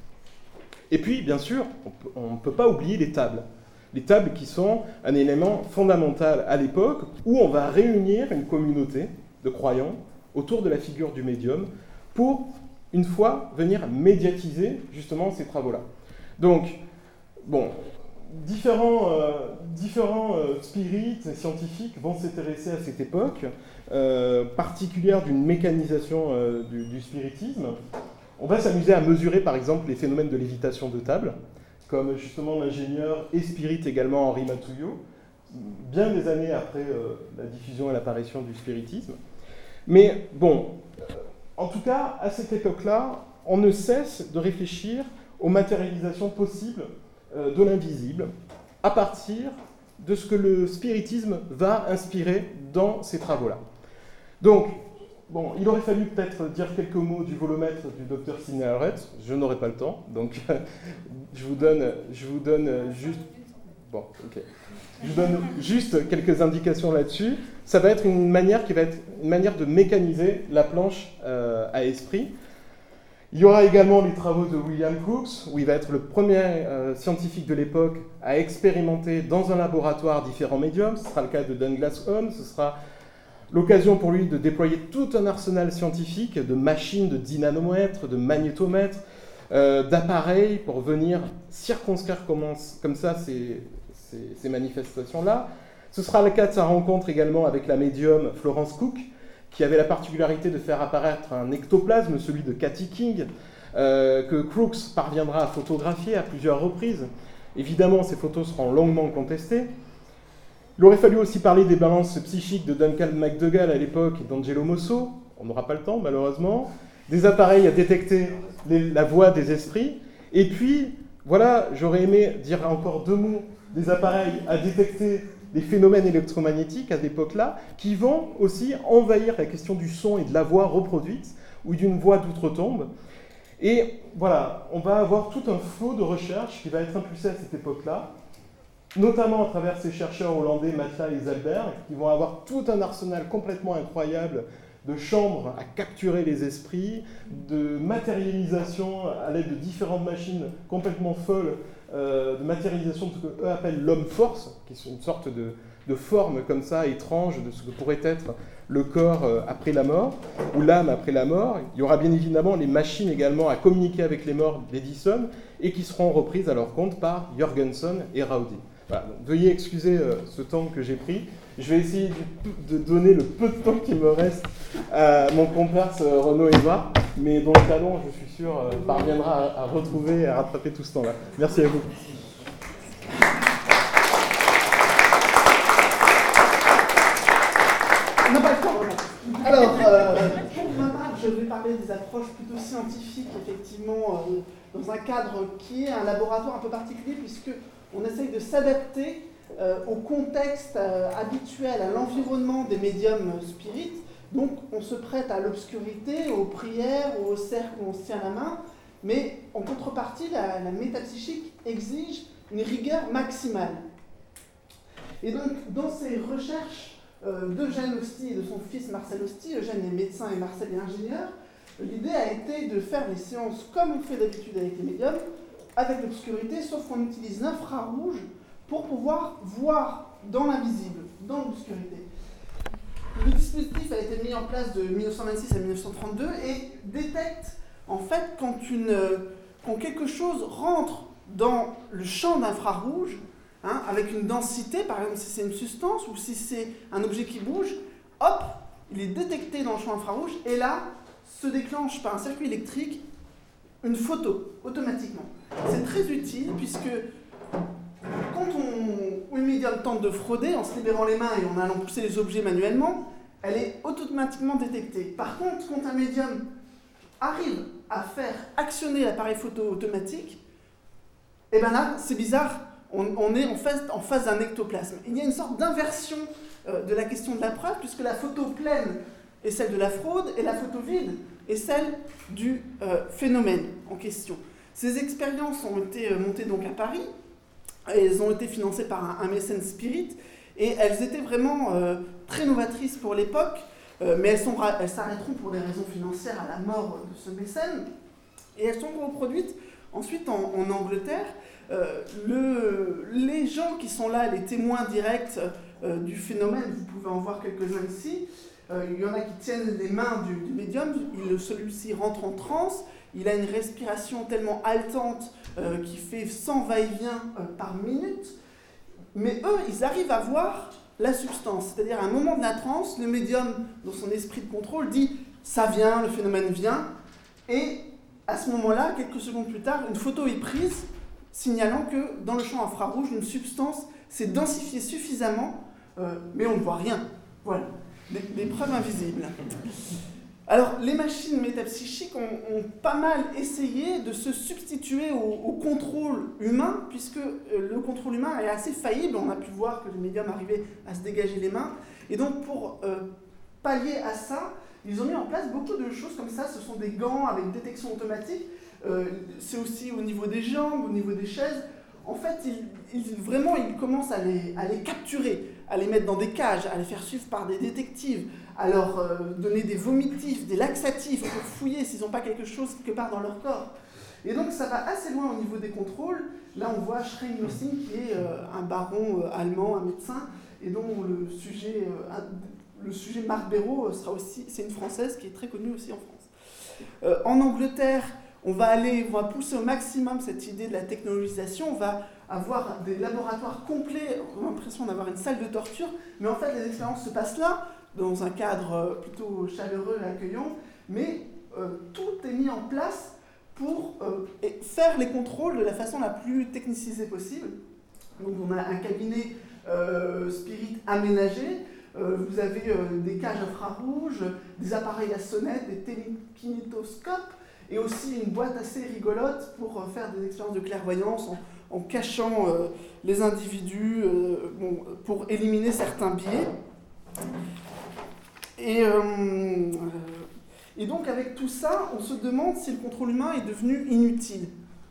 Et puis, bien sûr, on ne peut pas oublier les tables. Les tables qui sont un élément fondamental à l'époque où on va réunir une communauté de croyants autour de la figure du médium pour, une fois, venir médiatiser justement ces travaux-là. Donc, bon, différents, euh, différents euh, spirites scientifiques vont s'intéresser à cette époque euh, particulière d'une mécanisation euh, du, du spiritisme. On va s'amuser à mesurer, par exemple, les phénomènes de lévitation de table, comme justement l'ingénieur et spirit également Henri Matouillot, bien des années après euh, la diffusion et l'apparition du spiritisme. Mais bon, euh, en tout cas, à cette époque-là, on ne cesse de réfléchir aux matérialisations possibles euh, de l'invisible à partir de ce que le spiritisme va inspirer dans ces travaux-là. Donc, bon, il aurait fallu peut-être dire quelques mots du volomètre du docteur Sidney Alred. Je n'aurai pas le temps, donc je vous donne, je vous donne juste... Bon, ok. Je vous donne juste quelques indications là-dessus. Ça va être une manière qui va être une manière de mécaniser la planche euh, à esprit. Il y aura également les travaux de William Crookes, où il va être le premier euh, scientifique de l'époque à expérimenter dans un laboratoire différents médiums. Ce sera le cas de Douglas Home, ce sera l'occasion pour lui de déployer tout un arsenal scientifique de machines, de dynanomètres, de magnétomètres, euh, d'appareils pour venir circonscrire comment, comme ça ces, ces, ces manifestations-là. Ce sera le cas de sa rencontre également avec la médium Florence Cook, qui avait la particularité de faire apparaître un ectoplasme, celui de Cathy King, euh, que Crookes parviendra à photographier à plusieurs reprises. Évidemment, ces photos seront longuement contestées. Il aurait fallu aussi parler des balances psychiques de Duncan McDougall à l'époque et d'Angelo Mosso. On n'aura pas le temps, malheureusement. Des appareils à détecter les, la voix des esprits. Et puis, voilà, j'aurais aimé dire encore deux mots des appareils à détecter des phénomènes électromagnétiques à cette époque-là, qui vont aussi envahir la question du son et de la voix reproduite, ou d'une voix d'outre-tombe. Et voilà, on va avoir tout un flot de recherche qui va être impulsé à cette époque-là, notamment à travers ces chercheurs hollandais, Matla et Zalberg, qui vont avoir tout un arsenal complètement incroyable de chambres à capturer les esprits, de matérialisation à l'aide de différentes machines complètement folles, euh, de matérialisation de ce qu'eux appellent l'homme-force, qui est une sorte de, de forme comme ça, étrange, de ce que pourrait être le corps euh, après la mort, ou l'âme après la mort. Il y aura bien évidemment les machines également à communiquer avec les morts d'Edison, et qui seront reprises à leur compte par Jorgensen et Raudy. Voilà, donc, veuillez excuser euh, ce temps que j'ai pris. Je vais essayer de donner le peu de temps qui me reste à mon comparse euh, Renaud Édouard, mais dont le talon, je suis sûr, euh, parviendra à, à retrouver et à rattraper tout ce temps-là. Merci à vous. On n'a pas le temps. Alors, euh, pour ma part, je vais parler des approches plutôt scientifiques, effectivement, euh, dans un cadre qui est un laboratoire un peu particulier, puisqu'on essaye de s'adapter Euh, au contexte euh, habituel, à l'environnement des médiums spirites. Donc on se prête à l'obscurité, aux prières, au cercle où on se tient la main, mais en contrepartie, la, la métapsychique exige une rigueur maximale. Et donc dans ces recherches euh, d'Eugène Osty et de son fils Marcel Osty, Eugène est médecin et Marcel est ingénieur, l'idée a été de faire les séances comme on fait d'habitude avec les médiums, avec l'obscurité, sauf qu'on utilise l'infrarouge pour pouvoir voir dans l'invisible, dans l'obscurité. Le dispositif a été mis en place de mille neuf cent vingt-six à mille neuf cent trente-deux et détecte en fait quand, une, quand quelque chose rentre dans le champ d'infrarouge, hein, avec une densité, par exemple si c'est une substance ou si c'est un objet qui bouge, hop, il est détecté dans le champ infrarouge et là se déclenche par un circuit électrique une photo automatiquement. C'est très utile puisque quand on, une médium tente de frauder en se libérant les mains et en allant pousser les objets manuellement, elle est automatiquement détectée. Par contre, quand un médium arrive à faire actionner l'appareil photo automatique, et bien là, c'est bizarre, on, on est en face, en face d'un ectoplasme. Il y a une sorte d'inversion euh, de la question de la preuve, puisque la photo pleine est celle de la fraude et la photo vide est celle du euh, phénomène en question. Ces expériences ont été euh, montées donc à Paris. Elles ont été financées par un, un mécène spirit et elles étaient vraiment euh, très novatrices pour l'époque, euh, mais elles, sont, elles s'arrêteront pour des raisons financières à la mort de ce mécène. Et elles sont reproduites ensuite en, en Angleterre. Euh, le, les gens qui sont là, les témoins directs euh, du phénomène, vous pouvez en voir quelques-uns ici, euh, il y en a qui tiennent les mains du, du médium, il, celui-ci rentre en transe, il a une respiration tellement haletante euh, qui fait cent va-et-vient euh, par minute, mais eux, ils arrivent à voir la substance. C'est-à-dire, à un moment de la transe, le médium, dans son esprit de contrôle, dit « ça vient, le phénomène vient », et à ce moment-là, quelques secondes plus tard, une photo est prise, signalant que dans le champ infrarouge, une substance s'est densifiée suffisamment, euh, mais on ne voit rien. Voilà, des, des preuves invisibles. Alors, les machines métapsychiques ont, ont pas mal essayé de se substituer au, au contrôle humain, puisque le contrôle humain est assez faillible. On a pu voir que les médiums arrivaient à se dégager les mains. Et donc, pour euh, pallier à ça, ils ont mis en place beaucoup de choses comme ça. Ce sont des gants avec détection automatique. Euh, c'est aussi au niveau des jambes, au niveau des chaises. En fait, ils, ils, vraiment, ils commencent à les, à les capturer, à les mettre dans des cages, à les faire suivre par des détectives, à leur euh, donner des vomitifs, des laxatifs pour fouiller s'ils n'ont pas quelque chose quelque part dans leur corps. Et donc, ça va assez loin au niveau des contrôles. Là, on voit Schrein Nossing, qui est euh, un baron euh, allemand, un médecin, et dont le sujet, euh, le sujet Marc Béraud sera aussi, c'est une Française qui est très connue aussi en France. Euh, en Angleterre, on va aller, on va pousser au maximum cette idée de la technologisation. On va avoir des laboratoires complets. On a l'impression d'avoir une salle de torture, mais en fait, les expériences se passent là, dans un cadre plutôt chaleureux et accueillant. Mais euh, tout est mis en place pour euh, faire les contrôles de la façon la plus technicisée possible. Donc, on a un cabinet euh, spirit aménagé. Euh, vous avez euh, des cages infrarouges, des appareils à sonnette, des télékinésoscopes. et aussi une boîte assez rigolote pour euh, faire des expériences de clairvoyance en, en cachant euh, les individus euh, bon, pour éliminer certains biais. Et, euh, et donc avec tout ça, on se demande si le contrôle humain est devenu inutile.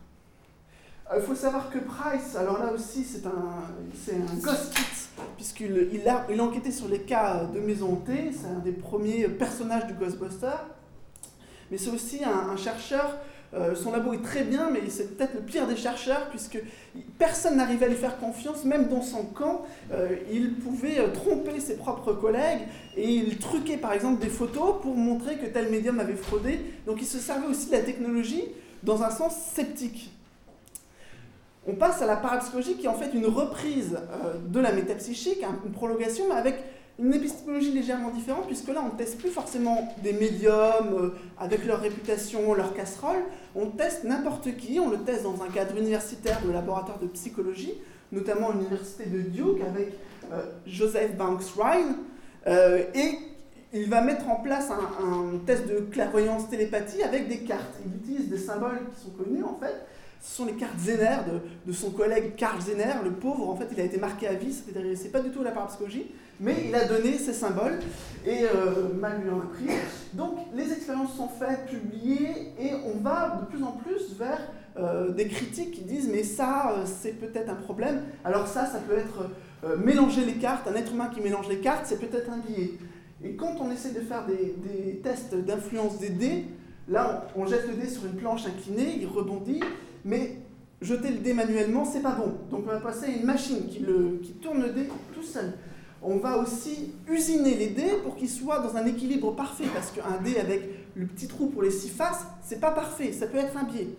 Il faut savoir que Price, alors là aussi c'est un, c'est un ghost kit, puisqu'il il a, il a enquêté sur les cas de maison hantée, c'est un des premiers personnages du Ghostbuster, mais c'est aussi un, un chercheur, euh, son labo est très bien, mais c'est peut-être le pire des chercheurs, puisque personne n'arrivait à lui faire confiance, même dans son camp, euh, il pouvait euh, tromper ses propres collègues, et il truquait par exemple des photos pour montrer que tel médium avait fraudé, donc il se servait aussi de la technologie dans un sens sceptique. On passe à la parapsychologie qui est en fait une reprise euh, de la métapsychique, hein, une prolongation, mais avec une épistémologie légèrement différente, puisque là on ne teste plus forcément des médiums euh, avec leur réputation, leur casserole, on teste n'importe qui, on le teste dans un cadre universitaire de laboratoire de psychologie, notamment à l'université de Duke avec euh, Joseph Banks Rhine, euh, et il va mettre en place un, un test de clairvoyance télépathie avec des cartes. Il utilise des symboles qui sont connus en fait. Ce sont les cartes Zener de, de son collègue Karl Zener, le pauvre, en fait, il a été marqué à vie, c'est pas du tout la parapsychologie, mais il a donné ces symboles, et euh, mal lui en a pris. Donc, les expériences sont faites, publiées, et on va de plus en plus vers euh, des critiques qui disent « mais ça, euh, c'est peut-être un problème ». Alors ça, ça peut être euh, mélanger les cartes, un être humain qui mélange les cartes, c'est peut-être un biais. Et quand on essaie de faire des, des tests d'influence des dés, là, on, on jette le dé sur une planche inclinée, il rebondit, mais jeter le dé manuellement, c'est pas bon. Donc on va passer à une machine qui, le, qui tourne le dé tout seul. On va aussi usiner les dés pour qu'ils soient dans un équilibre parfait, parce qu'un dé avec le petit trou pour les six faces, c'est pas parfait, ça peut être un biais.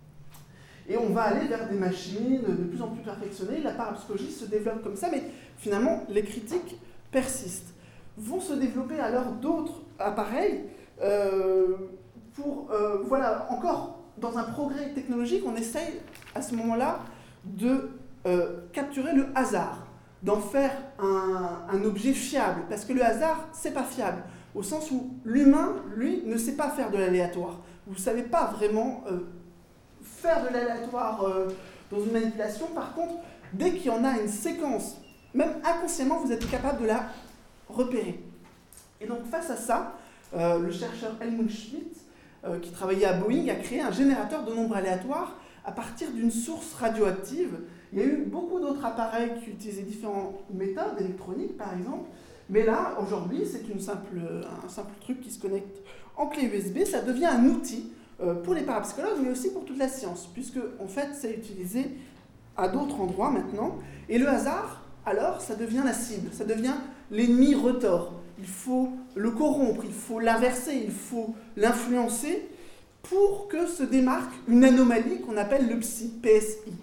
Et on va aller vers des machines de plus en plus perfectionnées, la parapsychologie se développe comme ça, mais finalement les critiques persistent. Vont se développer alors d'autres appareils euh, pour, euh, voilà, encore dans un progrès technologique, on essaye à ce moment-là de euh, capturer le hasard, d'en faire un, un objet fiable, parce que le hasard, c'est pas fiable, au sens où l'humain, lui, ne sait pas faire de l'aléatoire. Vous ne savez pas vraiment euh, faire de l'aléatoire euh, dans une manipulation. Par contre, dès qu'il y en a une séquence, même inconsciemment, vous êtes capable de la repérer. Et donc, face à ça, euh, le chercheur Helmut Schmidt, euh, qui travaillait à Boeing, a créé un générateur de nombres aléatoires à partir d'une source radioactive. Il y a eu beaucoup d'autres appareils qui utilisaient différentes méthodes électroniques, par exemple, mais là, aujourd'hui, c'est une simple, un simple truc qui se connecte en clé U S B. Ça devient un outil euh, pour les parapsychologues, mais aussi pour toute la science, puisque, en fait, c'est utilisé à d'autres endroits maintenant. Et le hasard, alors, ça devient la cible, ça devient l'ennemi retors. Il faut le corrompre, il faut l'inverser, il faut l'influencer pour que se démarque une anomalie qu'on appelle le psy, P S I.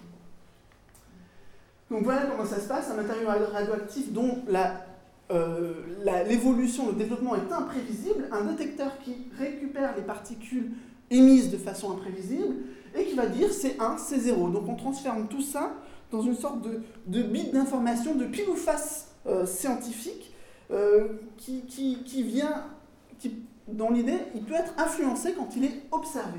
Donc voilà comment ça se passe, un matériau radioactif dont la, euh, la, l'évolution, le développement est imprévisible, un détecteur qui récupère les particules émises de façon imprévisible et qui va dire c'est un, c'est zéro. Donc on transforme tout ça dans une sorte de, de bit d'information, de pile ou face euh, scientifique, Euh, qui, qui, qui vient, qui, dans l'idée, il peut être influencé quand il est observé.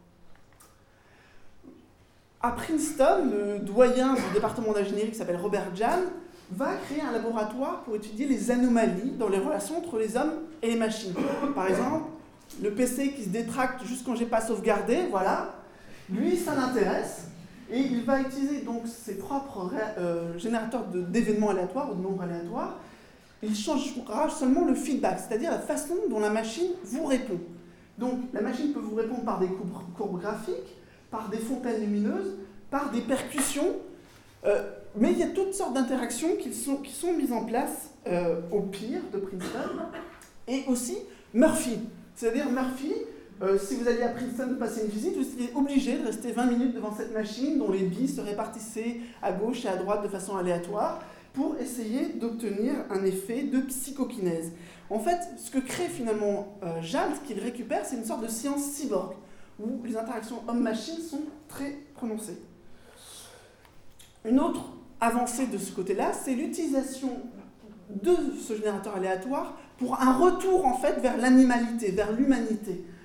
À Princeton, le doyen du département d'ingénierie qui s'appelle Robert Jahn va créer un laboratoire pour étudier les anomalies dans les relations entre les hommes et les machines. Par exemple, le P C qui se détracte juste quand j'ai pas sauvegardé, voilà, lui, ça l'intéresse. Et il va utiliser donc ses propres euh, générateurs de, d'événements aléatoires ou de nombres aléatoires. Il changera seulement le feedback, c'est-à-dire la façon dont la machine vous répond. Donc, la machine peut vous répondre par des courbes, courbes graphiques, par des fontaines lumineuses, par des percussions, euh, mais il y a toutes sortes d'interactions qui sont, qui sont mises en place euh, au pire de Princeton, et aussi Murphy. C'est-à-dire Murphy, euh, si vous alliez à Princeton passer une visite, vous étiez obligé de rester vingt minutes devant cette machine dont les billes se répartissaient à gauche et à droite de façon aléatoire, pour essayer d'obtenir un effet de psychokinèse. En fait, ce que crée finalement euh, Jahn, ce qu'il récupère, c'est une sorte de science cyborg, où les interactions homme-machine sont très prononcées. Une autre avancée de ce côté-là, c'est l'utilisation de ce générateur aléatoire pour un retour en fait vers l'animalité, vers l'humanité.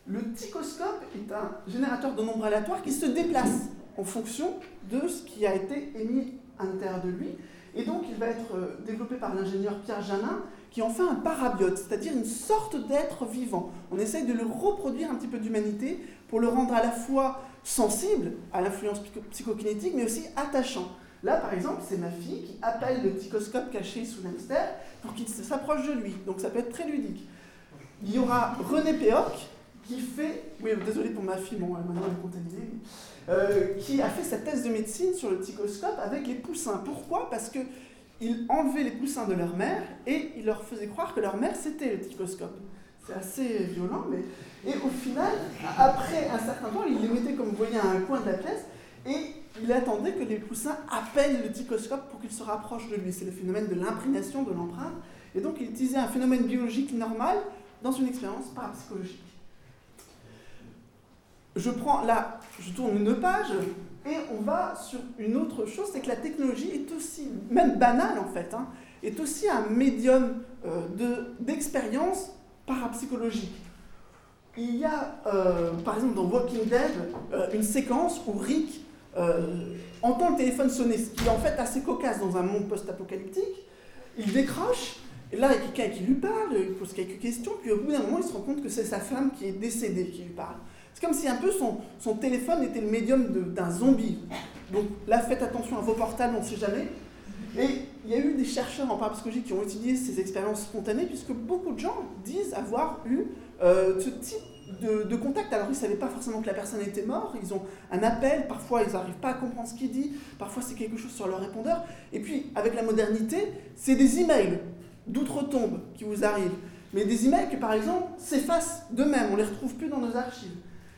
Le ticoscope est un générateur de nombres aléatoires qui se déplace en fonction de ce qui a été émis à l'intérieur de lui. Et donc, il va être développé par l'ingénieur Pierre Janin, qui en fait un parabiote, c'est-à-dire une sorte d'être vivant. On essaye de le reproduire un petit peu d'humanité pour le rendre à la fois sensible à l'influence psychokinétique, mais aussi attachant. Là, par exemple, c'est ma fille qui appelle le ticoscope caché sous l'hamster pour qu'il s'approche de lui. Donc, ça peut être très ludique. Il y aura René Péoc, qui fait... Oui, désolé pour ma fille, bon, maintenant elle est contaminée. Euh, qui a fait sa thèse de médecine sur le ticoscope avec les poussins. Pourquoi ? Parce qu'il enlevait les poussins de leur mère et il leur faisait croire que leur mère, c'était le ticoscope. C'est assez violent, mais... Et au final, après un certain temps, il les mettait, comme vous voyez, à un coin de la pièce, et il attendait que les poussins appellent le ticoscope pour qu'il se rapproche de lui. C'est le phénomène de l'imprégnation de l'empreinte. Et donc, il utilisait un phénomène biologique normal dans une expérience parapsychologique. Je prends là, je tourne une page, et on va sur une autre chose, c'est que la technologie est aussi, même banale en fait, hein, est aussi un médium euh, de, d'expérience parapsychologique. Il y a, euh, par exemple, dans Walking Dead, euh, une séquence où Rick euh, entend le téléphone sonner, ce qui est en fait assez cocasse dans un monde post-apocalyptique. Il décroche, et là, il y a quelqu'un qui lui parle, il pose quelques questions, puis au bout d'un moment, il se rend compte que c'est sa femme qui est décédée qui lui parle. C'est comme si un peu son, son téléphone était le médium de, d'un zombie. Donc là, faites attention à vos portables, on ne sait jamais. Et il y a eu des chercheurs en parapsychologie qui ont étudié ces expériences spontanées, puisque beaucoup de gens disent avoir eu euh, ce type de, de contact. Alors, ils ne savaient pas forcément que la personne était morte, ils ont un appel, parfois ils n'arrivent pas à comprendre ce qu'il dit, parfois c'est quelque chose sur leur répondeur. Et puis, avec la modernité, c'est des emails d'outre-tombe qui vous arrivent. Mais des emails qui, par exemple, s'effacent d'eux-mêmes, on ne les retrouve plus dans nos archives.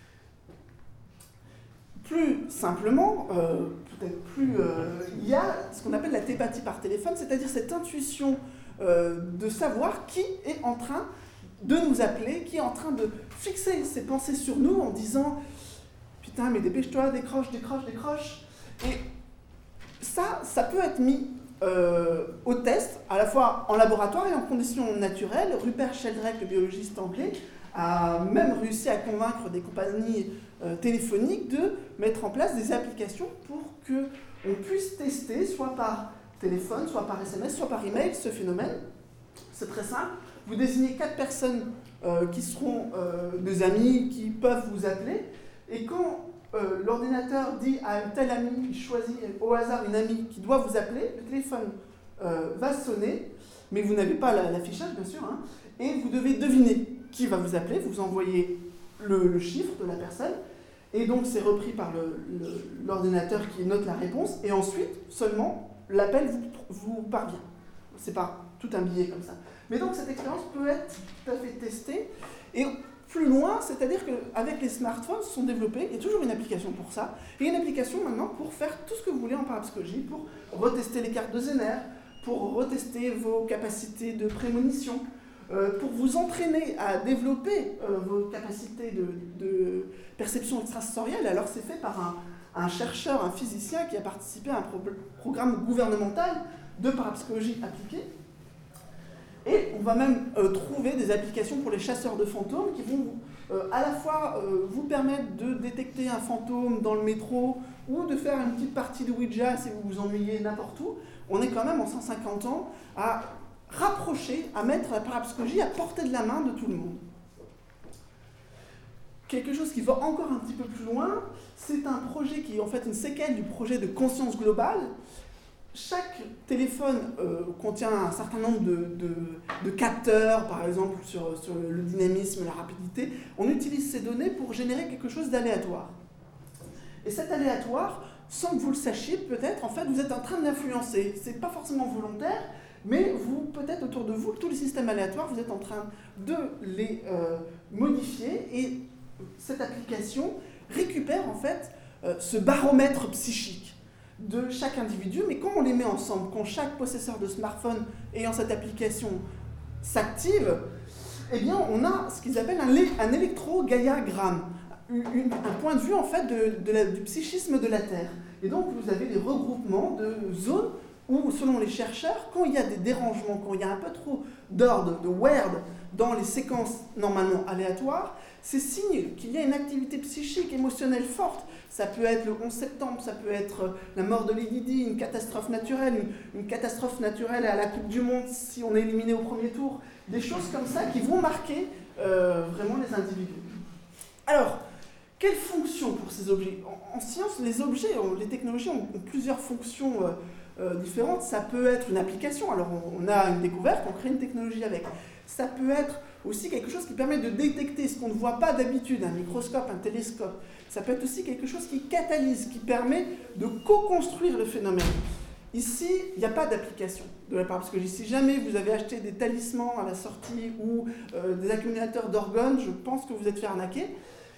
Plus simplement, euh, peut-être plus, euh, il y a ce qu'on appelle la télépathie par téléphone, c'est-à-dire cette intuition euh, de savoir qui est en train de nous appeler, qui est en train de fixer ses pensées sur nous en disant « Putain, mais dépêche-toi, décroche, décroche, décroche ». Et ça, ça peut être mis euh, au test, à la fois en laboratoire et en conditions naturelles. Rupert Sheldrake, le biologiste anglais, a même réussi à convaincre des compagnies euh, téléphoniques de mettre en place des applications pour qu'on puisse tester, soit par téléphone, soit par S M S, soit par email, ce phénomène. C'est très simple. Vous désignez quatre personnes euh, qui seront euh, des amis, qui peuvent vous appeler, et quand euh, l'ordinateur dit à un tel ami, il choisit au hasard une amie qui doit vous appeler, le téléphone euh, va sonner, mais vous n'avez pas la, l'affichage, bien sûr, hein, et vous devez deviner qui va vous appeler, vous envoyez le, le chiffre de la personne, et donc c'est repris par le, le, l'ordinateur qui note la réponse, et ensuite, seulement, l'appel vous, vous parvient. C'est pas tout un billet comme ça. Mais donc cette expérience peut être tout à fait testée, et plus loin, c'est-à-dire qu'avec les smartphones se sont développés, il y a toujours une application pour ça, et une application maintenant pour faire tout ce que vous voulez en parapsychologie, pour retester les cartes de Zener, pour retester vos capacités de prémonition, Euh, pour vous entraîner à développer euh, vos capacités de, de perception extrasensorielle. Alors c'est fait par un, un chercheur, un physicien qui a participé à un pro- programme gouvernemental de parapsychologie appliquée. Et on va même euh, trouver des applications pour les chasseurs de fantômes qui vont euh, à la fois euh, vous permettre de détecter un fantôme dans le métro ou de faire une petite partie de Ouija si vous vous ennuyez n'importe où. On est quand même en cent cinquante ans à rapprocher, à mettre la parapsychologie à portée de la main de tout le monde. Quelque chose qui va encore un petit peu plus loin, c'est un projet qui est en fait une séquelle du projet de conscience globale. Chaque téléphone euh, contient un certain nombre de, de, de capteurs, par exemple sur, sur le dynamisme, la rapidité. On utilise ces données pour générer quelque chose d'aléatoire. Et cet aléatoire, sans que vous le sachiez peut-être, en fait, vous êtes en train de l'influencer. C'est pas forcément volontaire, mais vous, peut-être autour de vous, tous les systèmes aléatoires, vous êtes en train de les euh, modifier, et cette application récupère en fait euh, ce baromètre psychique de chaque individu, mais quand on les met ensemble, quand chaque possesseur de smartphone ayant cette application s'active, eh bien on a ce qu'ils appellent un, un électrogaiagramme, une, un point de vue en fait de, de la, du psychisme de la Terre. Et donc vous avez des regroupements de zones où, selon les chercheurs, quand il y a des dérangements, quand il y a un peu trop d'ordre, de weird, dans les séquences normalement aléatoires, c'est signe qu'il y a une activité psychique, émotionnelle forte. Ça peut être le onze septembre, ça peut être la mort de Lady Di, une catastrophe naturelle, une, une catastrophe naturelle à la Coupe du Monde si on est éliminé au premier tour. Des choses comme ça qui vont marquer euh, vraiment les individus. Alors, quelle fonction pour ces objets ? En, en science, les objets, les technologies ont, ont plusieurs fonctions euh, euh, différentes. Ça peut être une application, alors on, on a une découverte, on crée une technologie avec. Ça peut être aussi quelque chose qui permet de détecter ce qu'on ne voit pas d'habitude, un microscope, un télescope. Ça peut être aussi quelque chose qui catalyse, qui permet de co-construire le phénomène. Ici, il n'y a pas d'application de la part, parce que si jamais vous avez acheté des talismans à la sortie ou euh, des accumulateurs d'organes, je pense que vous êtes fait arnaquer.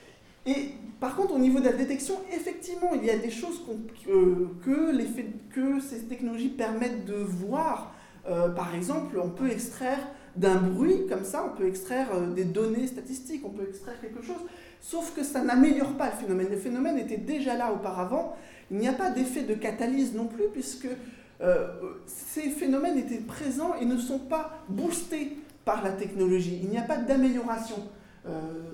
Et par contre, au niveau de la détection, effectivement, il y a des choses qu'on, euh, que, les faits, que ces technologies permettent de voir. Euh, par exemple, on peut extraire d'un bruit, comme ça, on peut extraire euh, des données statistiques, on peut extraire quelque chose, sauf que ça n'améliore pas le phénomène. Le phénomène était déjà là auparavant. Il n'y a pas d'effet de catalyse non plus, puisque euh, ces phénomènes étaient présents et ne sont pas boostés par la technologie. Il n'y a pas d'amélioration euh,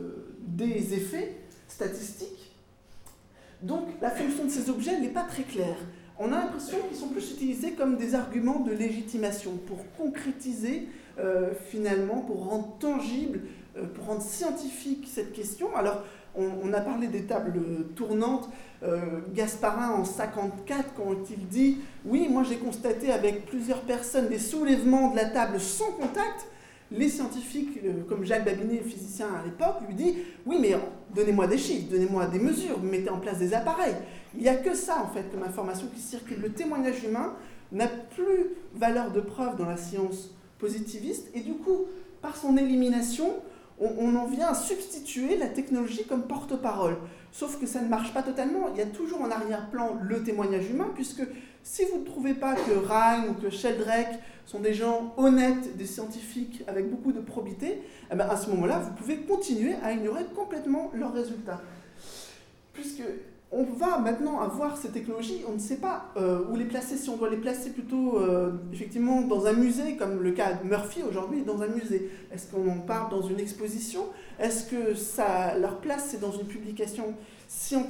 des effets statistiques. Donc la fonction de ces objets n'est pas très claire. On a l'impression qu'ils sont plus utilisés comme des arguments de légitimation, pour concrétiser euh, finalement, pour rendre tangible, euh, pour rendre scientifique cette question. Alors, on, on a parlé des tables tournantes. Euh, Gasparin, en cinquante-quatre, quand il dit « Oui, moi j'ai constaté avec plusieurs personnes des soulèvements de la table sans contact », les scientifiques, comme Jacques Babinet, le physicien à l'époque, lui disent « Oui, mais donnez-moi des chiffres, donnez-moi des mesures, mettez en place des appareils. » Il n'y a que ça, en fait, comme information qui circule. Le témoignage humain n'a plus valeur de preuve dans la science positiviste, et du coup, par son élimination, on, on en vient à substituer la technologie comme porte-parole. Sauf que ça ne marche pas totalement. Il y a toujours en arrière-plan le témoignage humain, puisque si vous ne trouvez pas que Ryan ou que Sheldrake sont des gens honnêtes, des scientifiques avec beaucoup de probité, eh bien à ce moment-là, vous pouvez continuer à ignorer complètement leurs résultats. Puisque on va maintenant avoir ces technologies, on ne sait pas euh, où les placer, si on doit les placer plutôt euh, effectivement dans un musée, comme le cas de Murphy aujourd'hui, dans un musée. Est-ce qu'on en parle dans une exposition ? Est-ce que ça, leur place, c'est dans une publication scientifique ?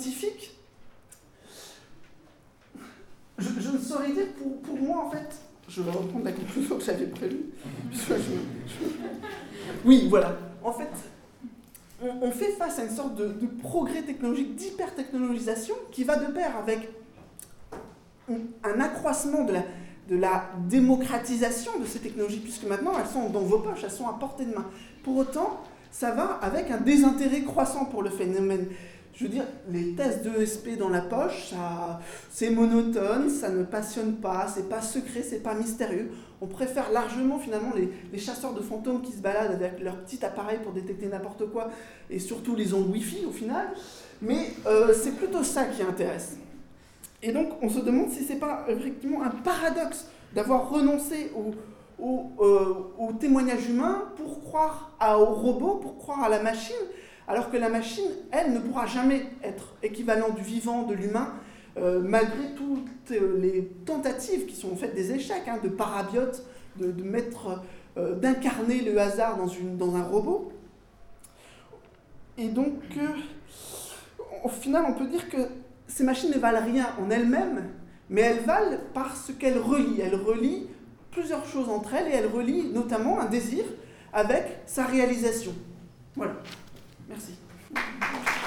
je, je ne saurais dire, pour, pour moi, en fait, je vais reprendre la conclusion que j'avais prévue. Je, je, je... Oui, voilà. En fait, on fait face à une sorte de, de progrès technologique, d'hyper-technologisation qui va de pair avec un accroissement de la, de la démocratisation de ces technologies, puisque maintenant elles sont dans vos poches, elles sont à portée de main. Pour autant, ça va avec un désintérêt croissant pour le phénomène. Je veux dire, les tests d'E S P dans la poche, ça, c'est monotone, ça ne passionne pas, c'est pas secret, c'est pas mystérieux. On préfère largement finalement les, les chasseurs de fantômes qui se baladent avec leur petit appareil pour détecter n'importe quoi, et surtout les ondes Wi-Fi au final. Mais euh, c'est plutôt ça qui intéresse. Et donc on se demande si c'est pas effectivement un paradoxe d'avoir renoncé au, au, euh, au témoignage humain pour croire à, au robot, pour croire à la machine, alors que la machine, elle, ne pourra jamais être équivalent du vivant, de l'humain, euh, malgré toutes les tentatives qui sont faites des échecs, hein, de parabiote, de, de mettre, euh, d'incarner le hasard dans, une, dans un robot. Et donc, euh, au final, on peut dire que ces machines ne valent rien en elles-mêmes, mais elles valent parce qu'elles relient. Elles relient plusieurs choses entre elles, et elles relient notamment un désir avec sa réalisation. Voilà. Merci.